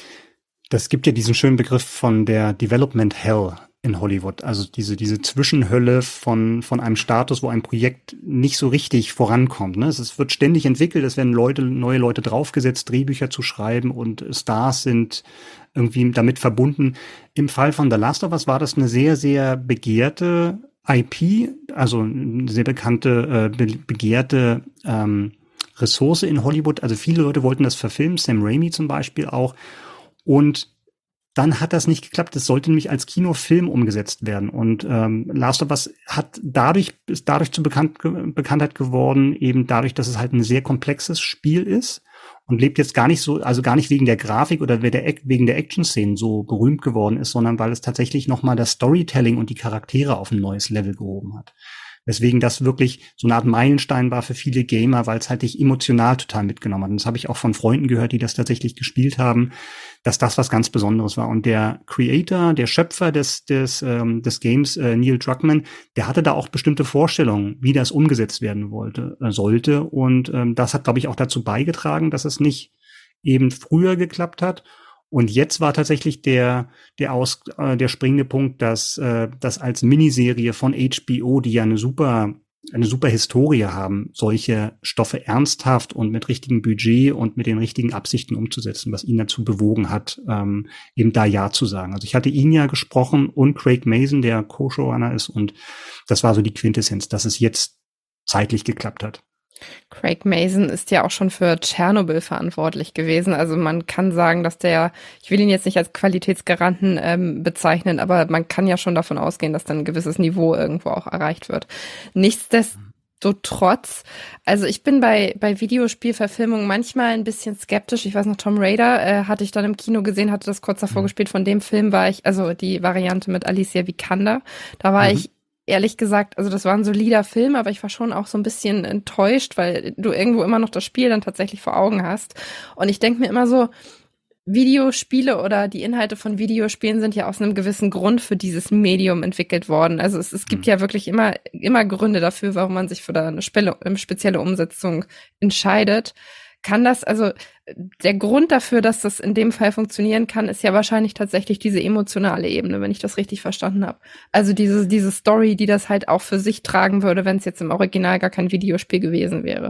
Speaker 2: Das gibt ja diesen schönen Begriff von der Development Hell in Hollywood. Also diese, diese Zwischenhölle von, von einem Status, wo ein Projekt nicht so richtig vorankommt. Ne? Es wird ständig entwickelt, es werden Leute, neue Leute draufgesetzt, Drehbücher zu schreiben und Stars sind irgendwie damit verbunden. Im Fall von The Last of Us war das eine sehr, sehr begehrte I P, also eine sehr bekannte, äh, be- begehrte ähm, Ressource in Hollywood. Also viele Leute wollten das verfilmen, Sam Raimi zum Beispiel auch. Und dann hat das nicht geklappt. Es sollte nämlich als Kinofilm umgesetzt werden. Und ähm, Last of Us hat dadurch, ist dadurch zu Bekannt, Bekanntheit geworden, eben dadurch, dass es halt ein sehr komplexes Spiel ist und lebt jetzt gar nicht so, also gar nicht wegen der Grafik oder wegen der Action-Szenen so berühmt geworden ist, sondern weil es tatsächlich nochmal das Storytelling und die Charaktere auf ein neues Level gehoben hat. Weswegen das wirklich so eine Art Meilenstein war für viele Gamer, weil es halt dich emotional total mitgenommen hat. Und das habe ich auch von Freunden gehört, die das tatsächlich gespielt haben, dass das was ganz Besonderes war. Und der Creator, der Schöpfer des des ähm, des Games, äh, Neil Druckmann, der hatte da auch bestimmte Vorstellungen, wie das umgesetzt werden wollte, äh, sollte. Und ähm, das hat, glaube ich, auch dazu beigetragen, dass es nicht eben früher geklappt hat. Und jetzt war tatsächlich der der aus äh, der springende Punkt, dass äh, das als Miniserie von H B O, die ja eine super eine super Historie haben, solche Stoffe ernsthaft und mit richtigem Budget und mit den richtigen Absichten umzusetzen, was ihn dazu bewogen hat, ähm, eben da Ja zu sagen. Also ich hatte ihn ja gesprochen und Craig Mazin, der Co-Showrunner ist, und das war so die Quintessenz, dass es jetzt zeitlich geklappt hat.
Speaker 3: Craig Mazin ist ja auch schon für Tschernobyl verantwortlich gewesen. Also man kann sagen, dass der, ich will ihn jetzt nicht als Qualitätsgaranten ähm, bezeichnen, aber man kann ja schon davon ausgehen, dass dann ein gewisses Niveau irgendwo auch erreicht wird. Nichtsdestotrotz, also ich bin bei bei Videospielverfilmungen manchmal ein bisschen skeptisch. Ich weiß noch, Tomb Raider äh, hatte ich dann im Kino gesehen, hatte das kurz davor gespielt. Von dem Film war ich, also die Variante mit Alicia Vikander, da war mhm. ich ehrlich gesagt, also das war ein solider Film, aber ich war schon auch so ein bisschen enttäuscht, weil du irgendwo immer noch das Spiel dann tatsächlich vor Augen hast. Und ich denke mir immer so, Videospiele oder die Inhalte von Videospielen sind ja aus einem gewissen Grund für dieses Medium entwickelt worden. Also es, es gibt mhm. ja wirklich immer, immer Gründe dafür, warum man sich für da eine spe- spezielle Umsetzung entscheidet. Kann das, also der Grund dafür, dass das in dem Fall funktionieren kann, ist ja wahrscheinlich tatsächlich diese emotionale Ebene, wenn ich das richtig verstanden habe. Also diese, diese Story, die das halt auch für sich tragen würde, wenn es jetzt im Original gar kein Videospiel gewesen wäre.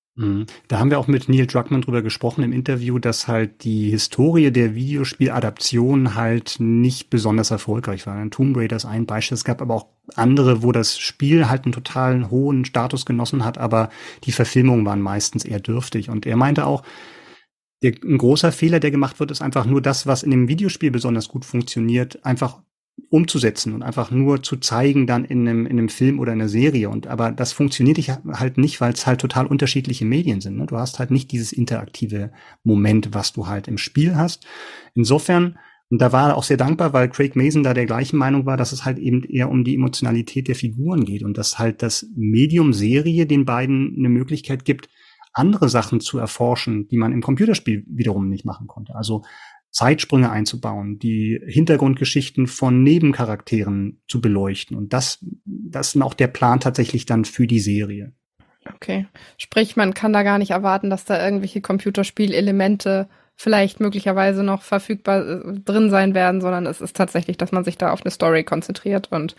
Speaker 2: Da haben wir auch mit Neil Druckmann drüber gesprochen im Interview, dass halt die Historie der Videospieladaption halt nicht besonders erfolgreich war. Tomb Raider ist ein Beispiel. Es gab aber auch andere, wo das Spiel halt einen total hohen Status genossen hat, aber die Verfilmungen waren meistens eher dürftig. Und er meinte auch, der, ein großer Fehler, der gemacht wird, ist einfach nur das, was in dem Videospiel besonders gut funktioniert, einfach umzusetzen und einfach nur zu zeigen dann in einem, in einem Film oder einer Serie. Und aber das funktioniert halt nicht, weil es halt total unterschiedliche Medien sind. Ne? Du hast halt nicht dieses interaktive Moment, was du halt im Spiel hast. Insofern, und da war er auch sehr dankbar, weil Craig Mazin da der gleichen Meinung war, dass es halt eben eher um die Emotionalität der Figuren geht und dass halt das Medium Serie den beiden eine Möglichkeit gibt, andere Sachen zu erforschen, die man im Computerspiel wiederum nicht machen konnte. Also Zeitsprünge einzubauen, die Hintergrundgeschichten von Nebencharakteren zu beleuchten. Und das, das ist auch der Plan tatsächlich dann für die Serie.
Speaker 3: Okay. Sprich, man kann da gar nicht erwarten, dass da irgendwelche Computerspielelemente vielleicht möglicherweise noch verfügbar äh, drin sein werden, sondern es ist tatsächlich, dass man sich da auf eine Story konzentriert und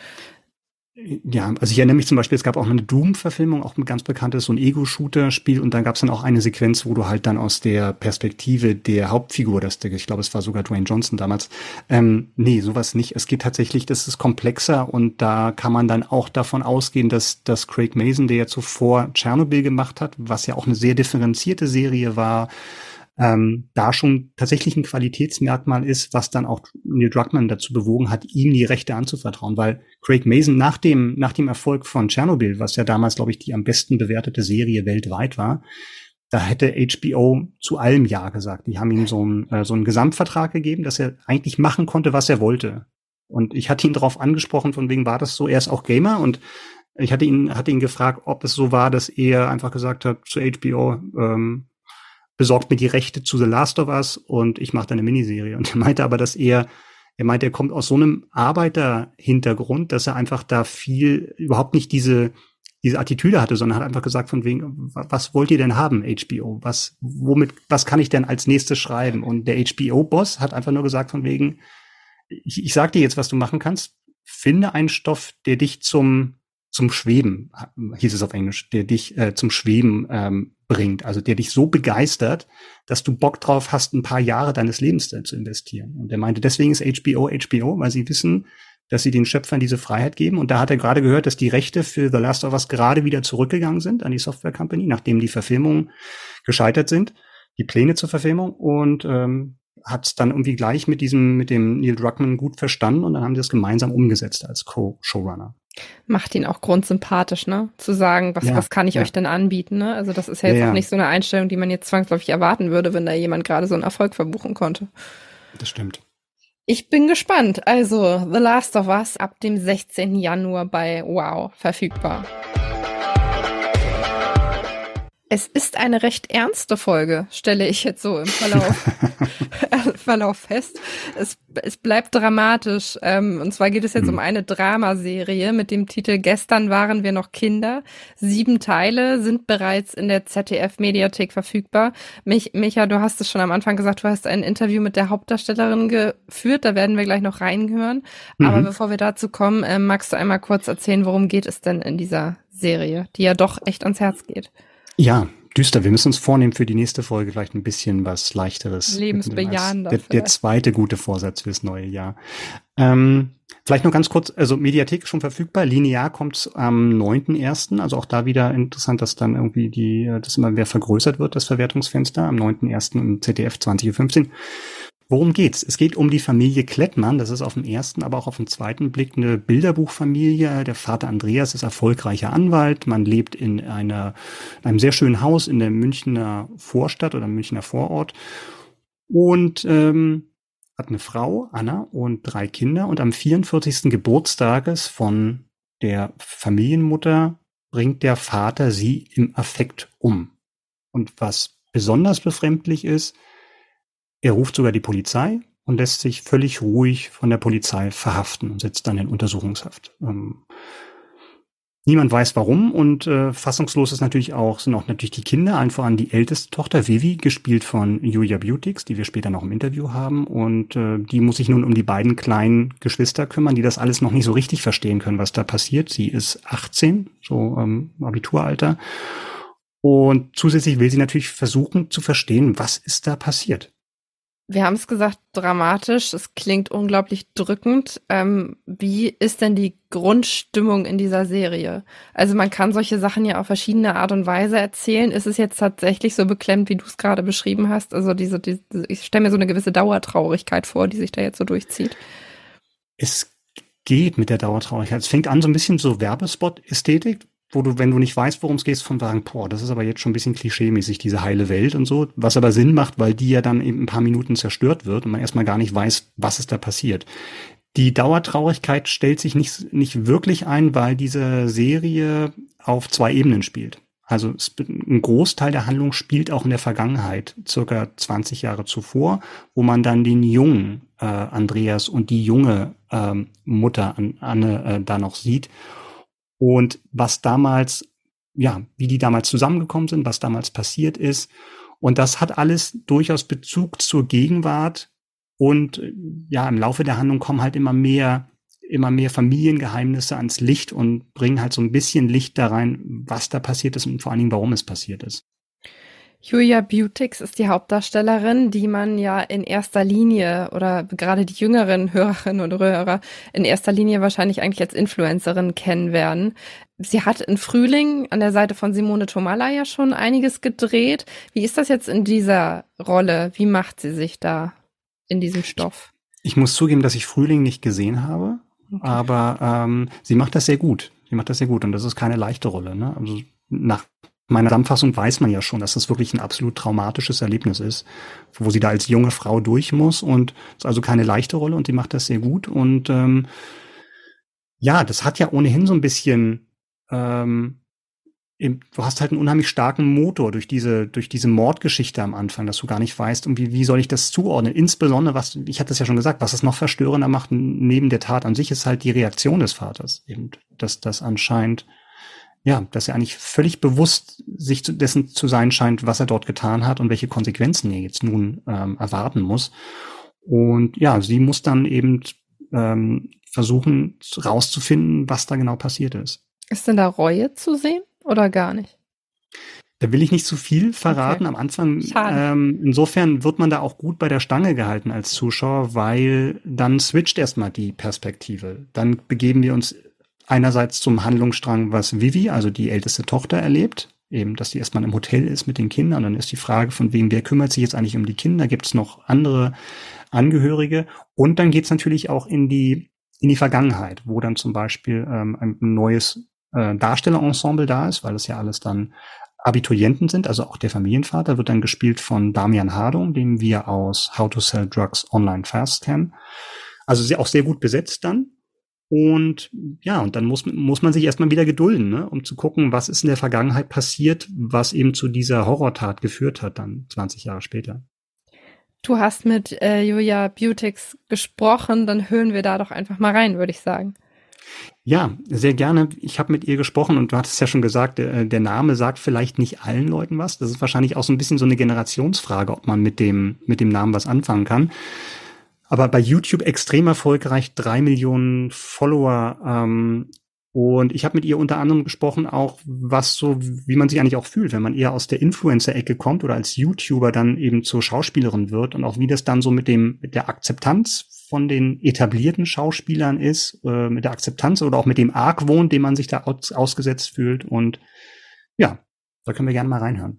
Speaker 2: ja, also ich erinnere mich zum Beispiel, es gab auch eine Doom-Verfilmung, auch ein ganz bekanntes, so ein Ego-Shooter-Spiel und dann gab es dann auch eine Sequenz, wo du halt dann aus der Perspektive der Hauptfigur, das, ich glaube, es war sogar Dwayne Johnson damals, ähm, nee, sowas nicht. Es geht tatsächlich, das ist komplexer und da kann man dann auch davon ausgehen, dass, dass Craig Mazin, der ja zuvor Tschernobyl gemacht hat, was ja auch eine sehr differenzierte Serie war, Ähm, da schon tatsächlich ein Qualitätsmerkmal ist, was dann auch Neil Druckmann dazu bewogen hat, ihm die Rechte anzuvertrauen, weil Craig Mazin nach dem nach dem Erfolg von Tschernobyl, was ja damals, glaube ich, die am besten bewertete Serie weltweit war, da hätte H B O zu allem Ja gesagt. Die haben ihm so einen äh, so einen Gesamtvertrag gegeben, dass er eigentlich machen konnte, was er wollte. Und ich hatte ihn darauf angesprochen, von wegen war das so, er ist auch Gamer und ich hatte ihn hatte ihn gefragt, ob es so war, dass er einfach gesagt hat zu H B O, ähm, besorgt mir die Rechte zu The Last of Us und ich mache da eine Miniserie. Und er meinte aber, dass er, er meinte, er kommt aus so einem Arbeiterhintergrund, dass er einfach da viel, überhaupt nicht diese, diese Attitüde hatte, sondern hat einfach gesagt von wegen, was wollt ihr denn haben, H B O? Was, womit, was kann ich denn als nächstes schreiben? Und der H B O-Boss hat einfach nur gesagt von wegen, ich, ich sag dir jetzt, was du machen kannst. Finde einen Stoff, der dich zum, zum Schweben, hieß es auf Englisch, der dich äh, zum Schweben ähm, bringt, also der dich so begeistert, dass du Bock drauf hast, ein paar Jahre deines Lebens da zu investieren. Und er meinte, deswegen ist H B O H B O, weil sie wissen, dass sie den Schöpfern diese Freiheit geben. Und da hat er gerade gehört, dass die Rechte für The Last of Us gerade wieder zurückgegangen sind an die Software Company, nachdem die Verfilmungen gescheitert sind, die Pläne zur Verfilmung, und ähm, hat es dann irgendwie gleich mit diesem, mit dem Neil Druckmann gut verstanden und dann haben sie das gemeinsam umgesetzt als Co-Showrunner.
Speaker 3: Macht ihn auch grundsympathisch, ne? Zu sagen, was,
Speaker 2: ja,
Speaker 3: was kann ich
Speaker 2: ja.
Speaker 3: euch denn anbieten, ne? Also das ist ja jetzt
Speaker 2: ja,
Speaker 3: auch
Speaker 2: ja.
Speaker 3: nicht so eine Einstellung, die man jetzt zwangsläufig erwarten würde, wenn da jemand gerade so einen Erfolg verbuchen konnte.
Speaker 2: Das stimmt.
Speaker 3: Ich bin gespannt. Also The Last of Us ab dem sechzehnten Januar bei Wow verfügbar. Es ist eine recht ernste Folge, stelle ich jetzt so im Verlauf, Verlauf fest. Es, es bleibt dramatisch. Ähm, und zwar geht es jetzt mhm. um eine Dramaserie mit dem Titel Gestern waren wir noch Kinder. Sieben Teile sind bereits in der Z D F-Mediathek verfügbar. Mich, Micha, du hast es schon am Anfang gesagt, du hast ein Interview mit der Hauptdarstellerin geführt. Da werden wir gleich noch reinhören. Mhm. Aber bevor wir dazu kommen, äh, magst du einmal kurz erzählen, worum geht es denn in dieser Serie, die ja doch echt ans Herz geht?
Speaker 2: Ja, düster. Wir müssen uns vornehmen, für die nächste Folge vielleicht ein bisschen was Leichteres.
Speaker 3: Lebensbejahender.
Speaker 2: Der, der zweite gute Vorsatz fürs neue Jahr. Ähm, vielleicht noch ganz kurz, also Mediathek schon verfügbar. Linear kommt am neunten ersten Also auch da wieder interessant, dass dann irgendwie die, das immer mehr vergrößert wird, das Verwertungsfenster. Am neunten ersten im Z D F zwanzig Uhr fünfzehn. Worum geht's? Es geht um die Familie Klettmann. Das ist auf den ersten, aber auch auf den zweiten Blick eine Bilderbuchfamilie. Der Vater Andreas ist erfolgreicher Anwalt. Man lebt in einer, in einem sehr schönen Haus in der Münchner Vorstadt oder Münchner Vorort und ähm, hat eine Frau, Anna, und drei Kinder. Und am vierundvierzigsten Geburtstages von der Familienmutter bringt der Vater sie im Affekt um. Und was besonders befremdlich ist, er ruft sogar die Polizei und lässt sich völlig ruhig von der Polizei verhaften und sitzt dann in Untersuchungshaft. Ähm, niemand weiß warum und äh, fassungslos ist natürlich auch, sind auch natürlich die Kinder, allen voran die älteste Tochter Vivi, gespielt von Julia Butix, die wir später noch im Interview haben. Und äh, die muss sich nun um die beiden kleinen Geschwister kümmern, die das alles noch nicht so richtig verstehen können, was da passiert. Sie ist achtzehn, so ähm, Abituralter. Und zusätzlich will sie natürlich versuchen zu verstehen, was ist da passiert.
Speaker 3: Wir haben es gesagt, dramatisch. Es klingt unglaublich drückend. Ähm, wie ist denn die Grundstimmung in dieser Serie? Also man kann solche Sachen ja auf verschiedene Art und Weise erzählen. Ist es jetzt tatsächlich so beklemmt, wie du es gerade beschrieben hast? Also diese, diese ich stelle mir so eine gewisse Dauertraurigkeit vor, die sich da jetzt so durchzieht.
Speaker 2: Es geht mit der Dauertraurigkeit. Es fängt an so ein bisschen so Werbespot-Ästhetik, wo du, wenn du nicht weißt, worum es geht, von sagen, boah, das ist aber jetzt schon ein bisschen klischeemäßig, diese heile Welt und so, was aber Sinn macht, weil die ja dann eben ein paar Minuten zerstört wird und man erstmal gar nicht weiß, was ist da passiert. Die Dauertraurigkeit stellt sich nicht, nicht wirklich ein, weil diese Serie auf zwei Ebenen spielt. Also es, ein Großteil der Handlung spielt auch in der Vergangenheit, circa zwanzig Jahre zuvor, wo man dann den jungen äh, Andreas und die junge ähm, Mutter Anne äh, da noch sieht. Und was damals, ja, wie die damals zusammengekommen sind, was damals passiert ist. Und das hat alles durchaus Bezug zur Gegenwart. Und ja, im Laufe der Handlung kommen halt immer mehr, immer mehr Familiengeheimnisse ans Licht und bringen halt so ein bisschen Licht da rein, was da passiert ist und vor allen Dingen, warum es passiert ist.
Speaker 3: Julia Butix ist die Hauptdarstellerin, die man ja in erster Linie oder gerade die jüngeren Hörerinnen und Hörer in erster Linie wahrscheinlich eigentlich als Influencerin kennen werden. Sie hat in Frühling an der Seite von Simone Tomalla ja schon einiges gedreht. Wie ist das jetzt in dieser Rolle? Wie macht sie sich da in diesem Stoff?
Speaker 2: Ich, ich muss zugeben, dass ich Frühling nicht gesehen habe, okay. aber ähm, sie macht das sehr gut. Sie macht das sehr gut und das ist keine leichte Rolle, ne? Also nach meiner Zusammenfassung weiß man ja schon, dass das wirklich ein absolut traumatisches Erlebnis ist, wo sie da als junge Frau durch muss und es ist also keine leichte Rolle und sie macht das sehr gut und ähm, ja, das hat ja ohnehin so ein bisschen, ähm, im, du hast halt einen unheimlich starken Motor durch diese durch diese Mordgeschichte am Anfang, dass du gar nicht weißt, irgendwie, wie soll ich das zuordnen? Insbesondere, was, ich hatte es ja schon gesagt, was es noch verstörender macht neben der Tat an sich, ist halt die Reaktion des Vaters, eben, dass das anscheinend ja, dass er eigentlich völlig bewusst sich dessen zu sein scheint, was er dort getan hat und welche Konsequenzen er jetzt nun ähm, erwarten muss. Und ja, sie muss dann eben ähm, versuchen rauszufinden, was da genau passiert ist.
Speaker 3: Ist denn da Reue zu sehen oder gar nicht?
Speaker 2: Da will ich nicht zu viel verraten okay. Am Anfang. Ähm, insofern wird man da auch gut bei der Stange gehalten als Zuschauer, weil dann switcht erstmal die Perspektive. Dann begeben wir uns einerseits zum Handlungsstrang, was Vivi, also die älteste Tochter, erlebt. Eben, dass die erstmal im Hotel ist mit den Kindern. Dann ist die Frage von wem, wer kümmert sich jetzt eigentlich um die Kinder? Gibt es noch andere Angehörige? Und dann geht's natürlich auch in die in die Vergangenheit, wo dann zum Beispiel ähm, ein neues äh, Darstellerensemble da ist, weil es ja alles dann Abiturienten sind. Also auch der Familienvater wird dann gespielt von Damian Hardung, den wir aus How to Sell Drugs Online Fast kennen. Also sehr, auch sehr gut besetzt dann. Und ja, und dann muss, muss man sich erstmal wieder gedulden, ne, um zu gucken, was ist in der Vergangenheit passiert, was eben zu dieser Horrortat geführt hat, dann zwanzig Jahre später.
Speaker 3: Du hast mit äh, Julia Butix gesprochen, dann hören wir da doch einfach mal rein, würde ich sagen.
Speaker 2: Ja, sehr gerne. Ich habe mit ihr gesprochen und du hattest ja schon gesagt, der, der Name sagt vielleicht nicht allen Leuten was. Das ist wahrscheinlich auch so ein bisschen so eine Generationsfrage, ob man mit dem mit dem Namen was anfangen kann. Aber bei YouTube extrem erfolgreich, drei Millionen Follower. Ähm, und ich habe mit ihr unter anderem gesprochen, auch was so, wie man sich eigentlich auch fühlt, wenn man eher aus der Influencer-Ecke kommt oder als YouTuber dann eben zur Schauspielerin wird und auch wie das dann so mit dem mit der Akzeptanz von den etablierten Schauspielern ist, äh, mit der Akzeptanz oder auch mit dem Argwohn, dem man sich da aus, ausgesetzt fühlt. Und ja, da können wir gerne mal reinhören.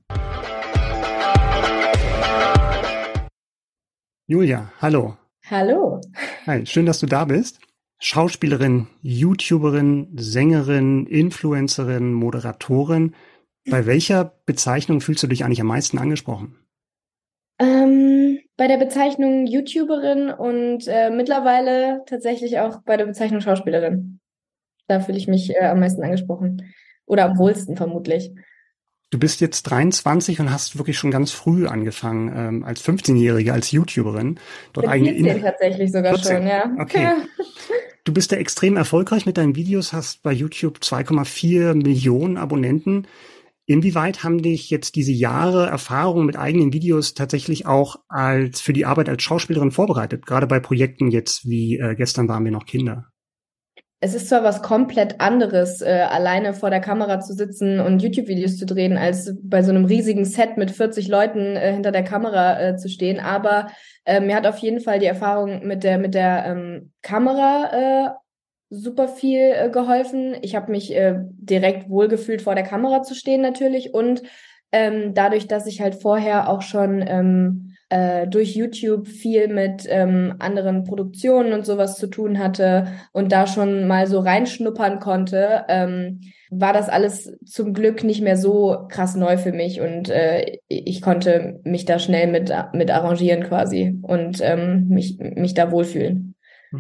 Speaker 2: Julia, hallo.
Speaker 1: Hallo.
Speaker 2: Hi, schön, dass du da bist. Schauspielerin, YouTuberin, Sängerin, Influencerin, Moderatorin. Bei welcher Bezeichnung fühlst du dich eigentlich am meisten angesprochen?
Speaker 1: Ähm, bei der Bezeichnung YouTuberin und äh, mittlerweile tatsächlich auch bei der Bezeichnung Schauspielerin. Da fühle ich mich äh, am meisten angesprochen. Oder am wohlsten vermutlich.
Speaker 2: Du bist jetzt dreiundzwanzig und hast wirklich schon ganz früh angefangen, ähm, als fünfzehnjährige, als YouTuberin. Dort
Speaker 1: Mit
Speaker 2: eigene
Speaker 1: vierzehn
Speaker 2: In-
Speaker 1: tatsächlich sogar
Speaker 2: vierzehn.
Speaker 1: schon, ja.
Speaker 2: Okay. Du bist ja extrem erfolgreich mit deinen Videos, hast bei YouTube zwei Komma vier Millionen Abonnenten. Inwieweit haben dich jetzt diese Jahre Erfahrung mit eigenen Videos tatsächlich auch als für die Arbeit als Schauspielerin vorbereitet? Gerade bei Projekten jetzt wie äh, Gestern waren wir noch Kinder.
Speaker 1: Es ist zwar was komplett anderes, äh, alleine vor der Kamera zu sitzen und YouTube-Videos zu drehen, als bei so einem riesigen Set mit vierzig Leuten äh, hinter der Kamera äh, zu stehen. Aber äh, mir hat auf jeden Fall die Erfahrung mit der mit der ähm, Kamera äh, super viel äh, geholfen. Ich habe mich äh, direkt wohlgefühlt, vor der Kamera zu stehen natürlich. Und ähm, dadurch, dass ich halt vorher auch schon ähm, äh, durch YouTube viel mit ähm, anderen Produktionen und sowas zu tun hatte und da schon mal so reinschnuppern konnte, ähm, war das alles zum Glück nicht mehr so krass neu für mich und äh, ich konnte mich da schnell mit, mit arrangieren quasi und ähm, mich, mich da wohlfühlen.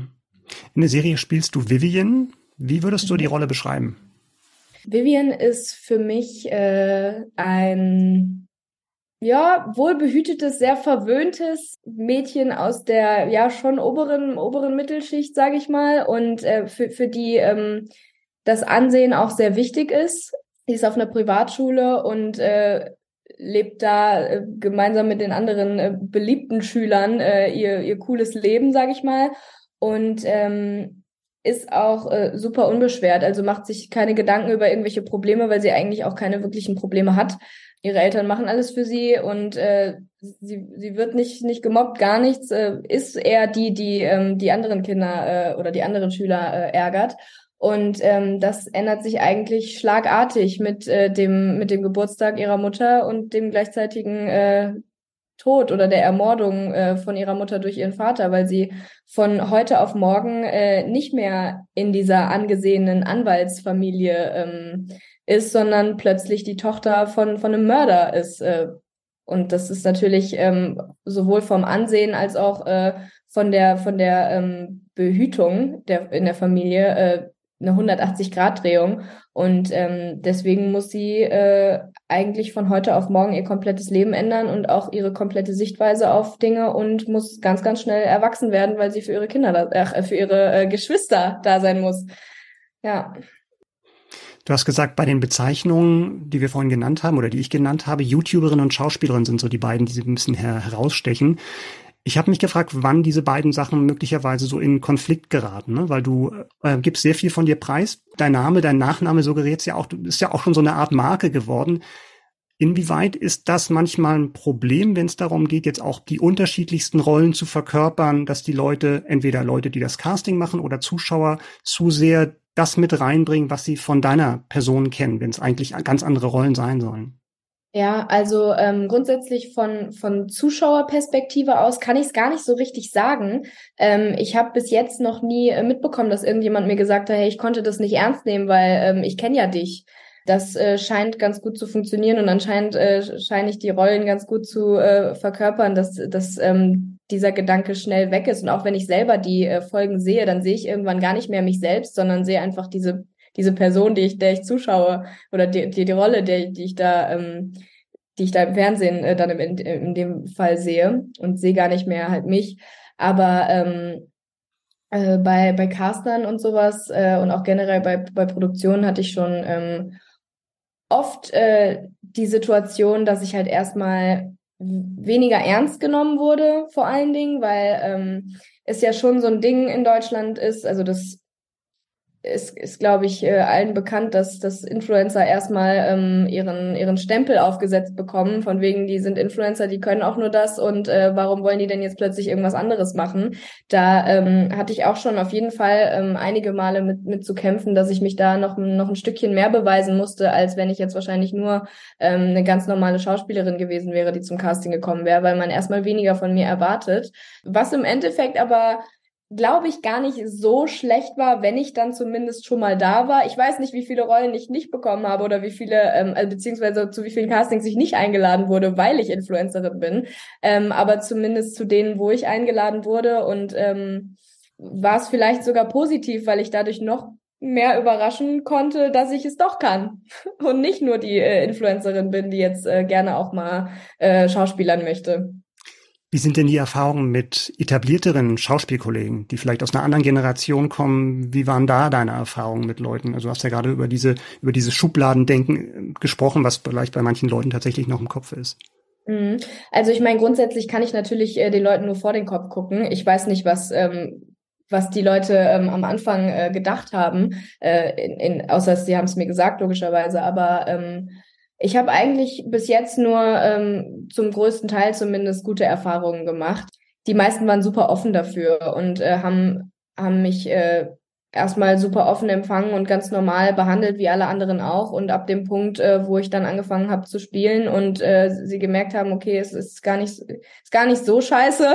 Speaker 2: In der Serie spielst du Vivian. Wie würdest du die Rolle beschreiben?
Speaker 1: Vivian ist für mich äh, ein ja, wohlbehütetes, sehr verwöhntes Mädchen aus der ja schon oberen oberen Mittelschicht, sage ich mal, und äh, für für die ähm, das Ansehen auch sehr wichtig ist. Sie ist auf einer Privatschule und äh, lebt da äh, gemeinsam mit den anderen äh, beliebten Schülern äh, ihr ihr cooles Leben, sage ich mal, und ähm, ist auch äh, super unbeschwert, also macht sich keine Gedanken über irgendwelche Probleme, weil sie eigentlich auch keine wirklichen Probleme hat. Ihre Eltern machen alles für sie und äh, sie sie wird nicht nicht gemobbt, gar nichts, äh, ist eher die, die ähm, die anderen Kinder äh, oder die anderen Schüler äh, ärgert. Und ähm, das ändert sich eigentlich schlagartig mit äh, dem mit dem Geburtstag ihrer Mutter und dem gleichzeitigen äh, Tod oder der Ermordung äh, von ihrer Mutter durch ihren Vater, weil sie von heute auf morgen äh, nicht mehr in dieser angesehenen Anwaltsfamilie ähm, ist, sondern plötzlich die Tochter von von einem Mörder ist. Äh, und das ist natürlich ähm, sowohl vom Ansehen als auch äh, von der von der ähm, Behütung der in der Familie äh, eine hundertachtzig-Grad-Drehung. Und ähm, deswegen muss sie äh, eigentlich von heute auf morgen ihr komplettes Leben ändern und auch ihre komplette Sichtweise auf Dinge und muss ganz, ganz schnell erwachsen werden, weil sie für ihre Kinder, da, äh, für ihre äh, Geschwister da sein muss. Ja.
Speaker 2: Du hast gesagt, bei den Bezeichnungen, die wir vorhin genannt haben oder die ich genannt habe, YouTuberin und Schauspielerin sind so die beiden, die sie ein bisschen her- herausstechen. Ich habe mich gefragt, wann diese beiden Sachen möglicherweise so in Konflikt geraten, ne? Weil du äh, gibst sehr viel von dir preis. Dein Name, dein Nachname suggeriert ja auch, du bist ja auch schon so eine Art Marke geworden. Inwieweit ist das manchmal ein Problem, wenn es darum geht, jetzt auch die unterschiedlichsten Rollen zu verkörpern, dass die Leute, entweder Leute, die das Casting machen oder Zuschauer, zu sehr das mit reinbringen, was sie von deiner Person kennen, wenn es eigentlich ganz andere Rollen sein sollen?
Speaker 1: Ja, also ähm, grundsätzlich von von Zuschauerperspektive aus kann ich es gar nicht so richtig sagen. Ähm, ich habe bis jetzt noch nie äh, mitbekommen, dass irgendjemand mir gesagt hat, hey, ich konnte das nicht ernst nehmen, weil ähm, ich kenne ja dich. Das äh, scheint ganz gut zu funktionieren und anscheinend äh, scheine ich die Rollen ganz gut zu äh, verkörpern, dass, dass ähm, dieser Gedanke schnell weg ist. Und auch wenn ich selber die äh, Folgen sehe, dann sehe ich irgendwann gar nicht mehr mich selbst, sondern sehe einfach diese diese Person, die ich, der ich zuschaue oder die die, die Rolle, der, die ich da ähm, die ich da im Fernsehen äh, dann im, in, in dem Fall sehe und sehe gar nicht mehr halt mich. Aber ähm, äh, bei bei Castern und sowas äh, und auch generell bei bei Produktionen hatte ich schon ähm, oft äh, die Situation, dass ich halt erstmal weniger ernst genommen wurde, vor allen Dingen, weil ähm, es ja schon so ein Ding in Deutschland ist, also das ist, ist glaube ich, äh, allen bekannt, dass, dass Influencer erstmal ähm, ihren, ihren Stempel aufgesetzt bekommen, von wegen, die sind Influencer, die können auch nur das und äh, warum wollen die denn jetzt plötzlich irgendwas anderes machen? Da ähm, hatte ich auch schon auf jeden Fall ähm, einige Male mit, mit zu kämpfen, dass ich mich da noch, noch ein Stückchen mehr beweisen musste, als wenn ich jetzt wahrscheinlich nur ähm, eine ganz normale Schauspielerin gewesen wäre, die zum Casting gekommen wäre, weil man erstmal weniger von mir erwartet. Was im Endeffekt aber glaube ich, gar nicht so schlecht war, wenn ich dann zumindest schon mal da war. Ich weiß nicht, wie viele Rollen ich nicht bekommen habe oder wie viele, ähm, also beziehungsweise zu wie vielen Castings ich nicht eingeladen wurde, weil ich Influencerin bin. Ähm, aber zumindest zu denen, wo ich eingeladen wurde und ähm, war es vielleicht sogar positiv, weil ich dadurch noch mehr überraschen konnte, dass ich es doch kann und nicht nur die äh, Influencerin bin, die jetzt äh, gerne auch mal äh, schauspielern möchte.
Speaker 2: Wie sind denn die Erfahrungen mit etablierteren Schauspielkollegen, die vielleicht aus einer anderen Generation kommen? Wie waren da deine Erfahrungen mit Leuten? Also du hast ja gerade über diese, über dieses Schubladendenken gesprochen, was vielleicht bei manchen Leuten tatsächlich noch im Kopf ist.
Speaker 1: Also ich meine, grundsätzlich kann ich natürlich äh, den Leuten nur vor den Kopf gucken. Ich weiß nicht, was ähm, was die Leute ähm, am Anfang äh, gedacht haben, äh, in, in, außer sie haben es mir gesagt, logischerweise. Aber ähm, ich habe eigentlich bis jetzt nur ähm, zum größten Teil zumindest gute Erfahrungen gemacht. Die meisten waren super offen dafür und äh, haben haben mich äh, erstmal super offen empfangen und ganz normal behandelt, wie alle anderen auch. Und ab dem Punkt, äh, wo ich dann angefangen habe zu spielen und äh, sie gemerkt haben, okay, es ist gar nicht, ist gar nicht so scheiße,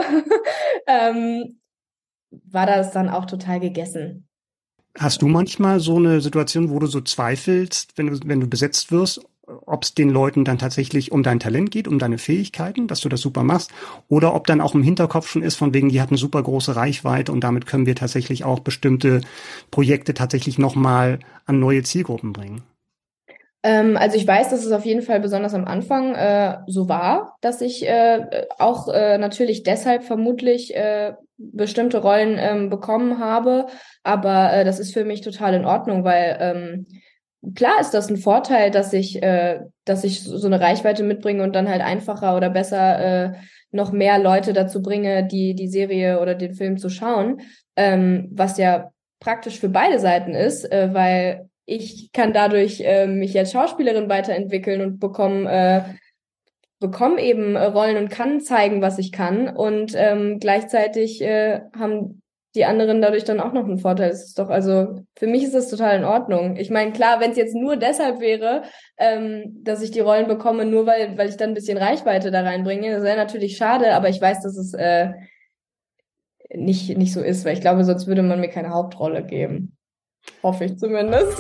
Speaker 1: ähm, war das dann auch total gegessen.
Speaker 2: Hast du manchmal so eine Situation, wo du so zweifelst, wenn du, wenn du besetzt wirst, ob es den Leuten dann tatsächlich um dein Talent geht, um deine Fähigkeiten, dass du das super machst, oder ob dann auch im Hinterkopf schon ist, von wegen, die hat eine super große Reichweite und damit können wir tatsächlich auch bestimmte Projekte tatsächlich nochmal an neue Zielgruppen bringen?
Speaker 1: Ähm, also ich weiß, dass es auf jeden Fall besonders am Anfang äh, so war, dass ich äh, auch äh, natürlich deshalb vermutlich äh, bestimmte Rollen ähm, bekommen habe, aber äh, das ist für mich total in Ordnung, weil ähm, klar ist das ein Vorteil, dass ich äh, dass ich so eine Reichweite mitbringe und dann halt einfacher oder besser äh, noch mehr Leute dazu bringe, die die Serie oder den Film zu schauen, ähm, was ja praktisch für beide Seiten ist, äh, weil ich kann dadurch äh, mich als Schauspielerin weiterentwickeln und bekomme äh, bekomme eben äh, Rollen und kann zeigen, was ich kann. Und ähm, gleichzeitig äh, haben die anderen dadurch dann auch noch einen Vorteil. Das ist doch, also für mich ist das total in Ordnung. Ich meine, klar, wenn es jetzt nur deshalb wäre, ähm, dass ich die Rollen bekomme, nur weil weil ich dann ein bisschen Reichweite da reinbringe, das wäre natürlich schade, aber ich weiß, dass es äh, nicht nicht so ist, weil ich glaube, sonst würde man mir keine Hauptrolle geben. Hoffe ich zumindest.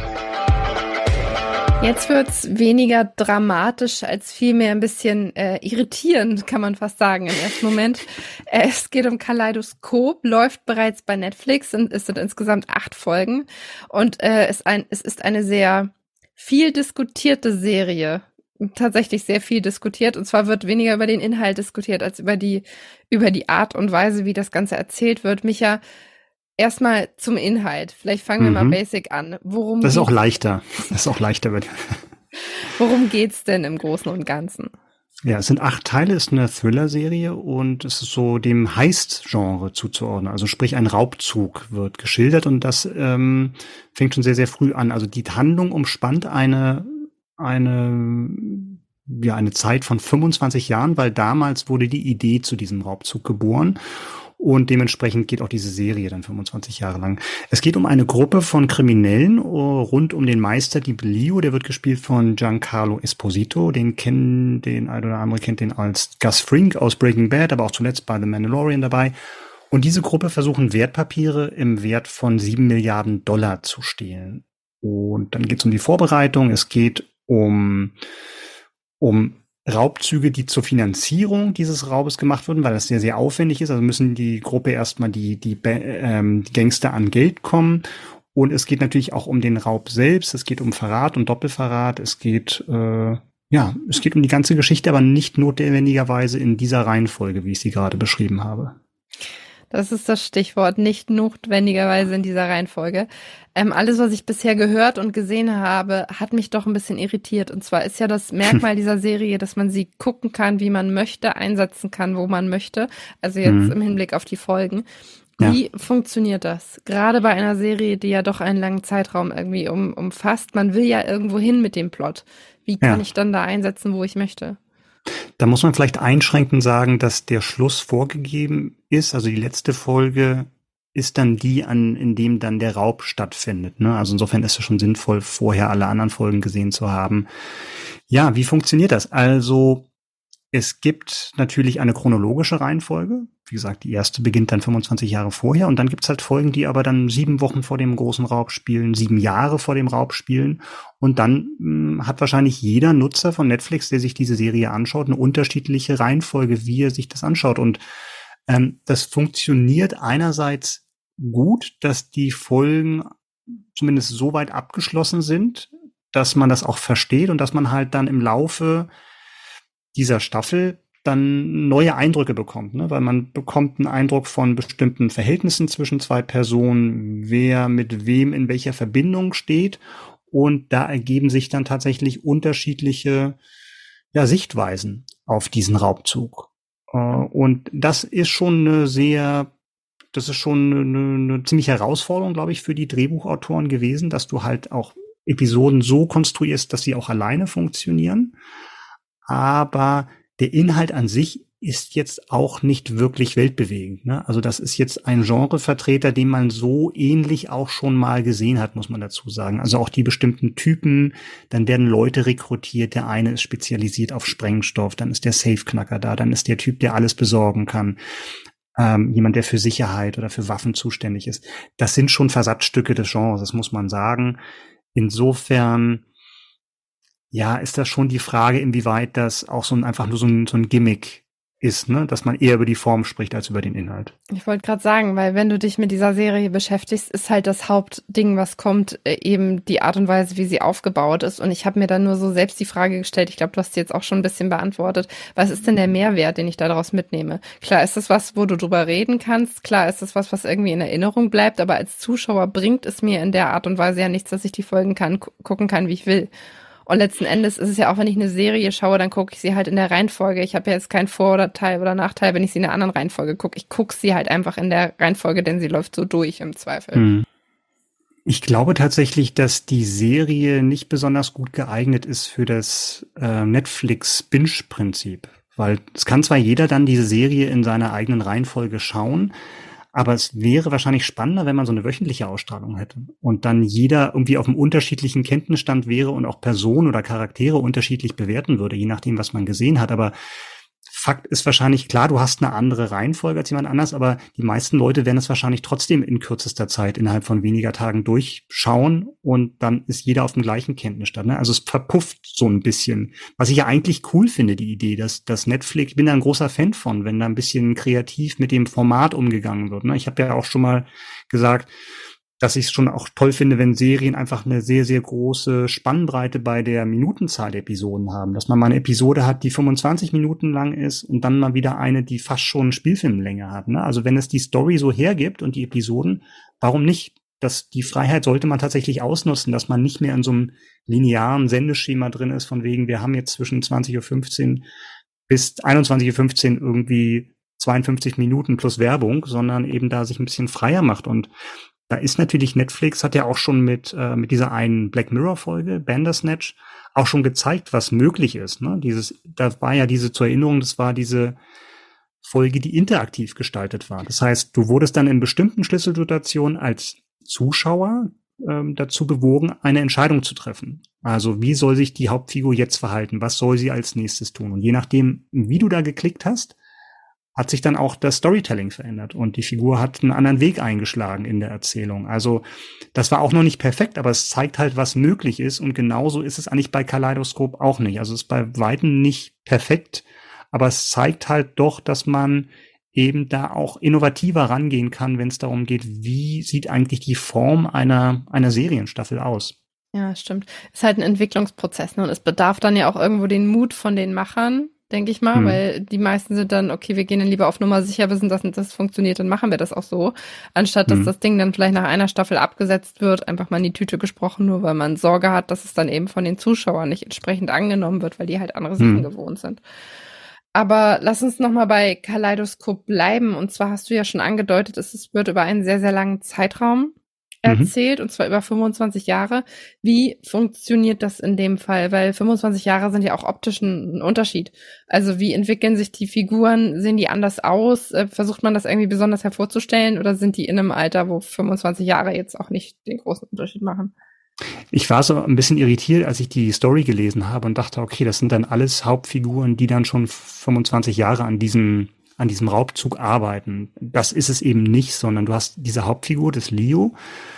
Speaker 3: Jetzt wird's weniger dramatisch als vielmehr ein bisschen äh, irritierend, kann man fast sagen im ersten Moment. Äh, es geht um Kaleidoskop, läuft bereits bei Netflix und es sind insgesamt acht Folgen und äh, ist ein, es ist eine sehr viel diskutierte Serie. Tatsächlich sehr viel diskutiert und zwar wird weniger über den Inhalt diskutiert als über die über die Art und Weise, wie das Ganze erzählt wird. Micha, erstmal zum Inhalt. Vielleicht fangen wir
Speaker 2: Mhm.
Speaker 3: mal basic an. Worum
Speaker 2: Das ist auch
Speaker 3: geht's-
Speaker 2: leichter. Das ist auch leichter.
Speaker 3: Worum geht's denn im Großen und Ganzen?
Speaker 2: Ja, es sind acht Teile, ist eine Thriller-Serie und es ist so dem Heist-Genre zuzuordnen. Also sprich, ein Raubzug wird geschildert und das ähm, fängt schon sehr, sehr früh an. Also die Handlung umspannt eine, eine, ja, eine Zeit von fünfundzwanzig Jahren, weil damals wurde die Idee zu diesem Raubzug geboren. Und dementsprechend geht auch diese Serie dann fünfundzwanzig Jahre lang. Es geht um eine Gruppe von Kriminellen uh, rund um den Meister Di Leo. Der wird gespielt von Giancarlo Esposito. Den kennen, den ein oder andere kennt den als Gus Fring aus Breaking Bad, aber auch zuletzt bei The Mandalorian dabei. Und diese Gruppe versuchen Wertpapiere im Wert von sieben Milliarden Dollar zu stehlen. Und dann geht es um die Vorbereitung. Es geht um, um Raubzüge, die zur Finanzierung dieses Raubes gemacht wurden, weil das sehr, sehr aufwendig ist. Also müssen die Gruppe erstmal die, die, ähm, die Gangster an Geld kommen. Und es geht natürlich auch um den Raub selbst. Es geht um Verrat und Doppelverrat. Es geht, äh, ja, es geht um die ganze Geschichte, aber nicht notwendigerweise in dieser Reihenfolge, wie ich sie gerade beschrieben habe.
Speaker 3: Das ist das Stichwort, nicht notwendigerweise in dieser Reihenfolge. Ähm, alles, was ich bisher gehört und gesehen habe, hat mich doch ein bisschen irritiert. Und zwar ist ja das Merkmal dieser Serie, dass man sie gucken kann, wie man möchte, einsetzen kann, wo man möchte. Also jetzt
Speaker 2: Mhm.
Speaker 3: im Hinblick auf die Folgen.
Speaker 2: Ja.
Speaker 3: Wie funktioniert das? Gerade bei einer Serie, die ja doch einen langen Zeitraum irgendwie um, umfasst. Man will ja irgendwo hin mit dem Plot. Wie kann
Speaker 2: Ja.
Speaker 3: ich dann da einsetzen, wo ich möchte?
Speaker 2: Da muss man vielleicht einschränkend sagen, dass der Schluss vorgegeben ist. Also die letzte Folge ist dann die, an in dem dann der Raub stattfindet. Ne? Also insofern ist es schon sinnvoll, vorher alle anderen Folgen gesehen zu haben. Ja, wie funktioniert das? Also es gibt natürlich eine chronologische Reihenfolge. Wie gesagt, die erste beginnt dann fünfundzwanzig Jahre vorher und dann gibt's halt Folgen, die aber dann sieben Wochen vor dem großen Raub spielen, sieben Jahre vor dem Raub spielen und dann mh, hat wahrscheinlich jeder Nutzer von Netflix, der sich diese Serie anschaut, eine unterschiedliche Reihenfolge, wie er sich das anschaut und ähm, das funktioniert einerseits gut, dass die Folgen zumindest so weit abgeschlossen sind, dass man das auch versteht und dass man halt dann im Laufe dieser Staffel dann neue Eindrücke bekommt, ne? Weil man bekommt einen Eindruck von bestimmten Verhältnissen zwischen zwei Personen, wer mit wem in welcher Verbindung steht, und da ergeben sich dann tatsächlich unterschiedliche ja, Sichtweisen auf diesen Raubzug. Und das ist schon eine sehr, das ist schon eine, eine ziemliche Herausforderung, glaube ich, für die Drehbuchautoren gewesen, dass du halt auch Episoden so konstruierst, dass sie auch alleine funktionieren. Aber der Inhalt an sich ist jetzt auch nicht wirklich weltbewegend, ne? Also das ist jetzt ein Genrevertreter, den man so ähnlich auch schon mal gesehen hat, muss man dazu sagen. Also auch die bestimmten Typen, dann werden Leute rekrutiert, der eine ist spezialisiert auf Sprengstoff, dann ist der Safeknacker da, dann ist der Typ, der alles besorgen kann, ähm, jemand, der für Sicherheit oder für Waffen zuständig ist. Das sind schon Versatzstücke des Genres, das muss man sagen. Insofern ja, ist das schon die Frage, inwieweit das auch so ein, einfach nur so ein, so ein Gimmick ist, ne, dass man eher über die Form spricht als über den Inhalt.
Speaker 3: Ich wollte gerade sagen, weil wenn du dich mit dieser Serie beschäftigst, ist halt das Hauptding, was kommt, eben die Art und Weise, wie sie aufgebaut ist. Und ich habe mir dann nur so selbst die Frage gestellt, ich glaube, du hast die jetzt auch schon ein bisschen beantwortet, was ist denn der Mehrwert, den ich daraus mitnehme? Klar ist das was, wo du drüber reden kannst, klar ist das was, was irgendwie in Erinnerung bleibt, aber als Zuschauer bringt es mir in der Art und Weise ja nichts, dass ich die Folgen kann, gucken kann, wie ich will. Und letzten Endes ist es ja auch, wenn ich eine Serie schaue, dann gucke ich sie halt in der Reihenfolge. Ich habe ja jetzt keinen Vor- oder Teil oder Nachteil, wenn ich sie in einer anderen Reihenfolge gucke. Ich gucke sie halt einfach in der Reihenfolge, denn sie läuft so durch im Zweifel. Hm.
Speaker 2: Ich glaube tatsächlich, dass die Serie nicht besonders gut geeignet ist für das äh, Netflix-Binge-Prinzip. Weil es kann zwar jeder dann diese Serie in seiner eigenen Reihenfolge schauen, aber es wäre wahrscheinlich spannender, wenn man so eine wöchentliche Ausstrahlung hätte und dann jeder irgendwie auf einem unterschiedlichen Kenntnisstand wäre und auch Personen oder Charaktere unterschiedlich bewerten würde, je nachdem, was man gesehen hat. Aber Fakt ist wahrscheinlich, klar, du hast eine andere Reihenfolge als jemand anders, aber die meisten Leute werden es wahrscheinlich trotzdem in kürzester Zeit innerhalb von weniger Tagen durchschauen und dann ist jeder auf dem gleichen Kenntnisstand, ne? Also es verpufft so ein bisschen. Was ich ja eigentlich cool finde, die Idee, dass, dass Netflix, ich bin da ein großer Fan von, wenn da ein bisschen kreativ mit dem Format umgegangen wird, ne? Ich habe ja auch schon mal gesagt, dass ich es schon auch toll finde, wenn Serien einfach eine sehr, sehr große Spannbreite bei der Minutenzahl der Episoden haben. Dass man mal eine Episode hat, die fünfundzwanzig Minuten lang ist und dann mal wieder eine, die fast schon Spielfilmlänge hat, ne? Also wenn es die Story so hergibt und die Episoden, warum nicht? Das, die Freiheit sollte man tatsächlich ausnutzen, dass man nicht mehr in so einem linearen Sendeschema drin ist, von wegen, wir haben jetzt zwischen zwanzig Uhr fünfzehn bis einundzwanzig Uhr fünfzehn irgendwie zweiundfünfzig Minuten plus Werbung, sondern eben da sich ein bisschen freier macht. Und da ist natürlich Netflix, hat ja auch schon mit äh, mit dieser einen Black Mirror-Folge, Bandersnatch, auch schon gezeigt, was möglich ist, ne? Dieses, da war ja diese, zur Erinnerung, das war diese Folge, die interaktiv gestaltet war. Das heißt, du wurdest dann in bestimmten Schlüsselsituationen als Zuschauer ähm, dazu bewogen, eine Entscheidung zu treffen. Also wie soll sich die Hauptfigur jetzt verhalten? Was soll sie als nächstes tun? Und je nachdem, wie du da geklickt hast, hat sich dann auch das Storytelling verändert und die Figur hat einen anderen Weg eingeschlagen in der Erzählung. Also das war auch noch nicht perfekt, aber es zeigt halt, was möglich ist und genauso ist es eigentlich bei Kaleidoskop auch nicht. Also es ist bei Weitem nicht perfekt, aber es zeigt halt doch, dass man eben da auch innovativer rangehen kann, wenn es darum geht, wie sieht eigentlich die Form einer einer Serienstaffel aus.
Speaker 3: Ja, stimmt. Es ist halt ein Entwicklungsprozess, ne? Und es bedarf dann ja auch irgendwo den Mut von den Machern, denke ich mal, hm. weil die meisten sind dann, okay, wir gehen dann lieber auf Nummer sicher, wissen, dass das funktioniert, dann machen wir das auch so, anstatt dass hm. das Ding dann vielleicht nach einer Staffel abgesetzt wird, einfach mal in die Tüte gesprochen, nur weil man Sorge hat, dass es dann eben von den Zuschauern nicht entsprechend angenommen wird, weil die halt andere Sachen hm. gewohnt sind. Aber lass uns nochmal bei Kaleidoskop bleiben, und zwar hast du ja schon angedeutet, es wird über einen sehr, sehr langen Zeitraum erzählt, mhm. und zwar über fünfundzwanzig Jahre. Wie funktioniert das in dem Fall? Weil fünfundzwanzig Jahre sind ja auch optisch ein Unterschied. Also wie entwickeln sich die Figuren? Sehen die anders aus? Versucht man das irgendwie besonders hervorzustellen oder sind die in einem Alter, wo fünfundzwanzig Jahre jetzt auch nicht den großen Unterschied machen?
Speaker 2: Ich war so ein bisschen irritiert, als ich die Story gelesen habe und dachte, okay, das sind dann alles Hauptfiguren, die dann schon fünfundzwanzig Jahre an diesem an diesem Raubzug arbeiten. Das ist es eben nicht, sondern du hast diese Hauptfigur des Leo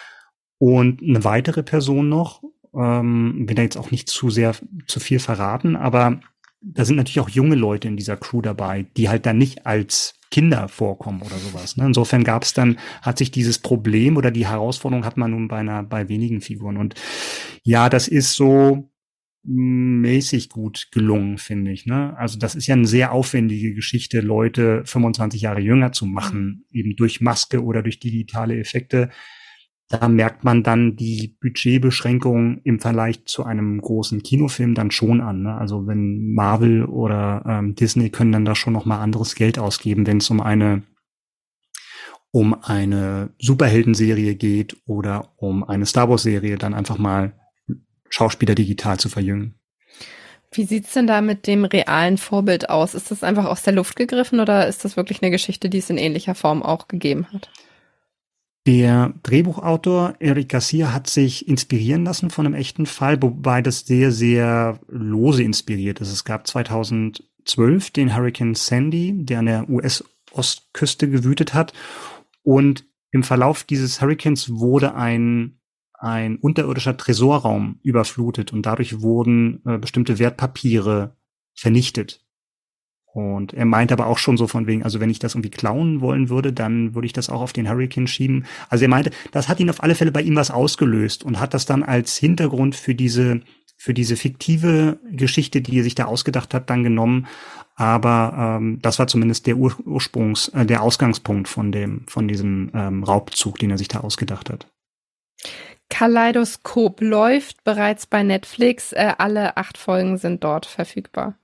Speaker 2: und eine weitere Person noch, ähm, will da jetzt auch nicht zu sehr, zu viel verraten, aber da sind natürlich auch junge Leute in dieser Crew dabei, die halt dann nicht als Kinder vorkommen oder sowas. Ne? Insofern gab es dann, hat sich dieses Problem oder die Herausforderung hat man nun bei einer, bei wenigen Figuren. Und ja, das ist so mäßig gut gelungen, finde ich. Ne? Also das ist ja eine sehr aufwendige Geschichte, Leute fünfundzwanzig Jahre jünger zu machen, eben durch Maske oder durch digitale Effekte. Da merkt man dann die Budgetbeschränkung im Vergleich zu einem großen Kinofilm dann schon an. Ne? Also wenn Marvel oder ähm, Disney können dann da schon noch mal anderes Geld ausgeben, wenn es um eine um eine Superheldenserie geht oder um eine Star Wars Serie, dann einfach mal Schauspieler digital zu verjüngen.
Speaker 3: Wie sieht's denn da mit dem realen Vorbild aus? Ist das einfach aus der Luft gegriffen oder ist das wirklich eine Geschichte, die es in ähnlicher Form auch gegeben hat?
Speaker 2: Der Drehbuchautor Eric Garcia hat sich inspirieren lassen von einem echten Fall, wobei das sehr, sehr lose inspiriert ist. Es gab zweitausendzwölf den Hurricane Sandy, der an der U S-Ostküste gewütet hat. Und im Verlauf dieses Hurricanes wurde ein, ein unterirdischer Tresorraum überflutet und dadurch wurden äh, bestimmte Wertpapiere vernichtet. Und er meint aber auch schon so von wegen, also wenn ich das irgendwie klauen wollen würde, dann würde ich das auch auf den Hurricane schieben. Also er meinte, das hat ihn auf alle Fälle bei ihm was ausgelöst und hat das dann als Hintergrund für diese, für diese fiktive Geschichte, die er sich da ausgedacht hat, dann genommen. Aber ähm, das war zumindest der Ur- Ursprungs, äh, der Ausgangspunkt von dem, von diesem ähm, Raubzug, den er sich da ausgedacht hat.
Speaker 3: Kaleidoskop läuft bereits bei Netflix. Äh, alle acht Folgen sind dort verfügbar.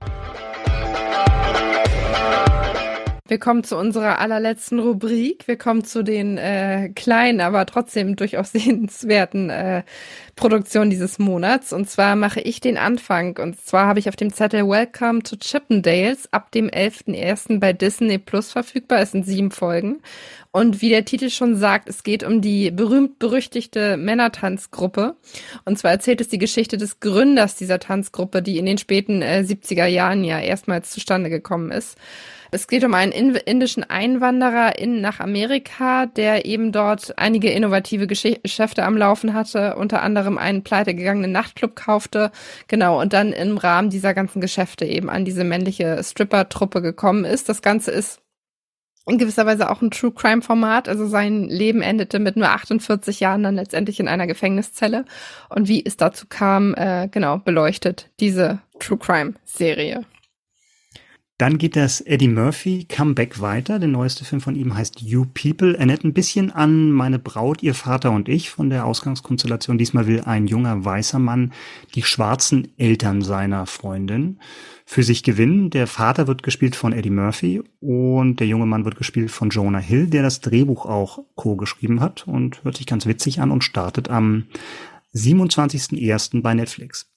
Speaker 3: Wir kommen zu unserer allerletzten Rubrik. Wir kommen zu den äh, kleinen, aber trotzdem durchaus sehenswerten äh, Produktionen dieses Monats. Und zwar mache ich den Anfang. Und zwar habe ich auf dem Zettel Welcome to Chippendales ab dem elften ersten bei Disney Plus verfügbar. Es sind sieben Folgen. Und wie der Titel schon sagt, es geht um die berühmt-berüchtigte Männertanzgruppe. Und zwar erzählt es die Geschichte des Gründers dieser Tanzgruppe, die in den späten äh, siebziger Jahren ja erstmals zustande gekommen ist. Es geht um einen indischen Einwanderer in nach Amerika, der eben dort einige innovative Geschäfte am Laufen hatte, unter anderem einen pleitegegangenen Nachtclub kaufte, genau, und dann im Rahmen dieser ganzen Geschäfte eben an diese männliche Stripper-Truppe gekommen ist. Das Ganze ist in gewisser Weise auch ein True-Crime-Format, also sein Leben endete mit nur achtundvierzig Jahren dann letztendlich in einer Gefängniszelle. Und wie es dazu kam, äh, genau, beleuchtet diese True-Crime-Serie.
Speaker 2: Dann geht das Eddie Murphy Comeback weiter. Der neueste Film von ihm heißt You People. Erinnert ein bisschen an Meine Braut, ihr Vater und ich von der Ausgangskonstellation. Diesmal will ein junger weißer Mann die schwarzen Eltern seiner Freundin für sich gewinnen. Der Vater wird gespielt von Eddie Murphy und der junge Mann wird gespielt von Jonah Hill, der das Drehbuch auch co-geschrieben hat und hört sich ganz witzig an und startet am siebenundzwanzigsten ersten bei Netflix.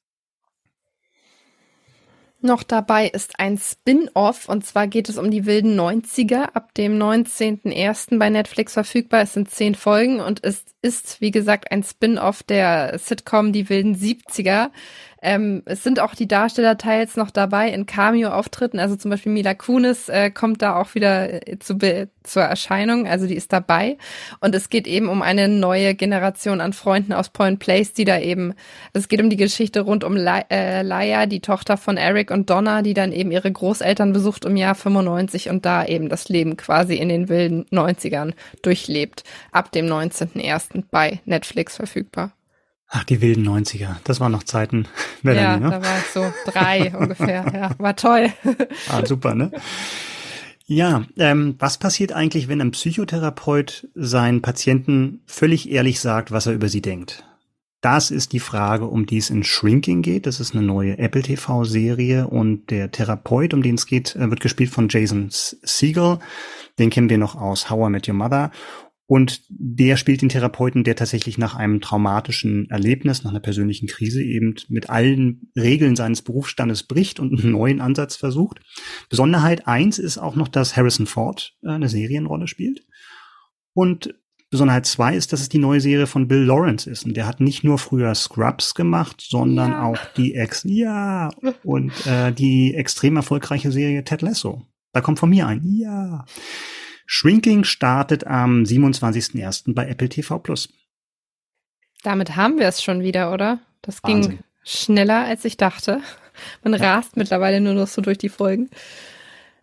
Speaker 3: Noch dabei ist ein Spin-Off, und zwar geht es um die wilden neunziger, ab dem neunzehnten ersten bei Netflix verfügbar. Es sind zehn Folgen und es ist, wie gesagt, ein Spin-Off der Sitcom Die wilden siebziger. Ähm, es sind auch die Darsteller teils noch dabei in Cameo-Auftritten, also zum Beispiel Mila Kunis äh, kommt da auch wieder äh, zu be- zur Erscheinung, also die ist dabei. Und es geht eben um eine neue Generation an Freunden aus Point Place, die da eben, es geht um die Geschichte rund um La- äh, Laia, die Tochter von Eric und Donna, die dann eben ihre Großeltern besucht im Jahr fünfundneunzig und da eben das Leben quasi in den wilden neunzigern durchlebt. Ab dem neunzehnten ersten bei Netflix verfügbar.
Speaker 2: Ach, die wilden neunziger. Das waren noch Zeiten, Melanie,
Speaker 3: ja,
Speaker 2: ne?
Speaker 3: Da war ich so drei ungefähr. Ja, war toll.
Speaker 2: Ah, super, ne? Ja, ähm, was passiert eigentlich, wenn ein Psychotherapeut seinen Patienten völlig ehrlich sagt, was er über sie denkt? Das ist die Frage, um die es in Shrinking geht. Das ist eine neue Apple T V-Serie und der Therapeut, um den es geht, wird gespielt von Jason Segel. Den kennen wir noch aus How I Met Your Mother. Und der spielt den Therapeuten, der tatsächlich nach einem traumatischen Erlebnis, nach einer persönlichen Krise eben mit allen Regeln seines Berufsstandes bricht und einen neuen Ansatz versucht. Besonderheit eins ist auch noch, dass Harrison Ford eine Serienrolle spielt. Und Besonderheit zwei ist, dass es die neue Serie von Bill Lawrence ist. Und der hat nicht nur früher Scrubs gemacht, sondern ja. auch die Ex, ja, und äh, die extrem erfolgreiche Serie Ted Lasso. Da kommt von mir ein, ja. Shrinking startet am siebenundzwanzigsten ersten bei Apple T V Plus.
Speaker 3: Damit haben wir es schon wieder, oder? Das
Speaker 2: Wahnsinn.
Speaker 3: Ging schneller, als ich dachte. Man ja. rast mittlerweile nur noch so durch die Folgen.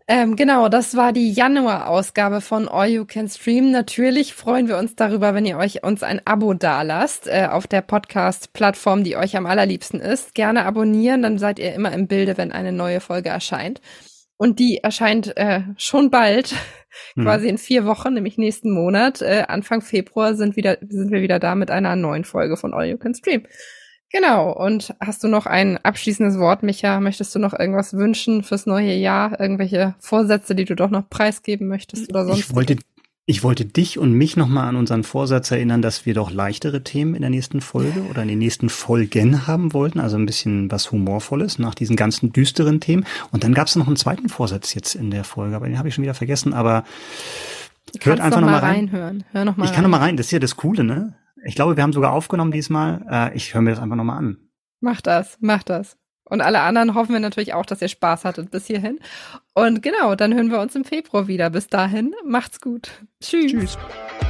Speaker 3: Ähm, genau, das war die Januar-Ausgabe von All You Can Stream. Natürlich freuen wir uns darüber, wenn ihr euch uns ein Abo dalasst äh, auf der Podcast-Plattform, die euch am allerliebsten ist. Gerne abonnieren, dann seid ihr immer im Bilde, wenn eine neue Folge erscheint. Und die erscheint äh, schon bald, hm. quasi in vier Wochen, nämlich nächsten Monat. Äh, Anfang Februar sind wieder sind wir wieder da mit einer neuen Folge von All You Can Stream. Genau, und hast du noch ein abschließendes Wort, Micha? Möchtest du noch irgendwas wünschen fürs neue Jahr? Irgendwelche Vorsätze, die du doch noch preisgeben möchtest oder sonst?
Speaker 2: Ich wollte, ich wollte dich und mich nochmal an unseren Vorsatz erinnern, dass wir doch leichtere Themen in der nächsten Folge oder in den nächsten Folgen haben wollten. Also ein bisschen was Humorvolles nach diesen ganzen düsteren Themen. Und dann gab es noch einen zweiten Vorsatz jetzt in der Folge, aber den habe ich schon wieder vergessen. Aber hört einfach nochmal rein.
Speaker 3: reinhören. Hör noch mal
Speaker 2: ich kann nochmal rein, das ist ja das Coole, ne? Ich glaube, wir haben sogar aufgenommen diesmal. Äh, ich höre mir das einfach nochmal an.
Speaker 3: Mach das, mach das. Und alle anderen hoffen wir natürlich auch, dass ihr Spaß hattet bis hierhin. Und genau, dann hören wir uns im Februar wieder. Bis dahin, macht's gut. Tschüss. Tschüss.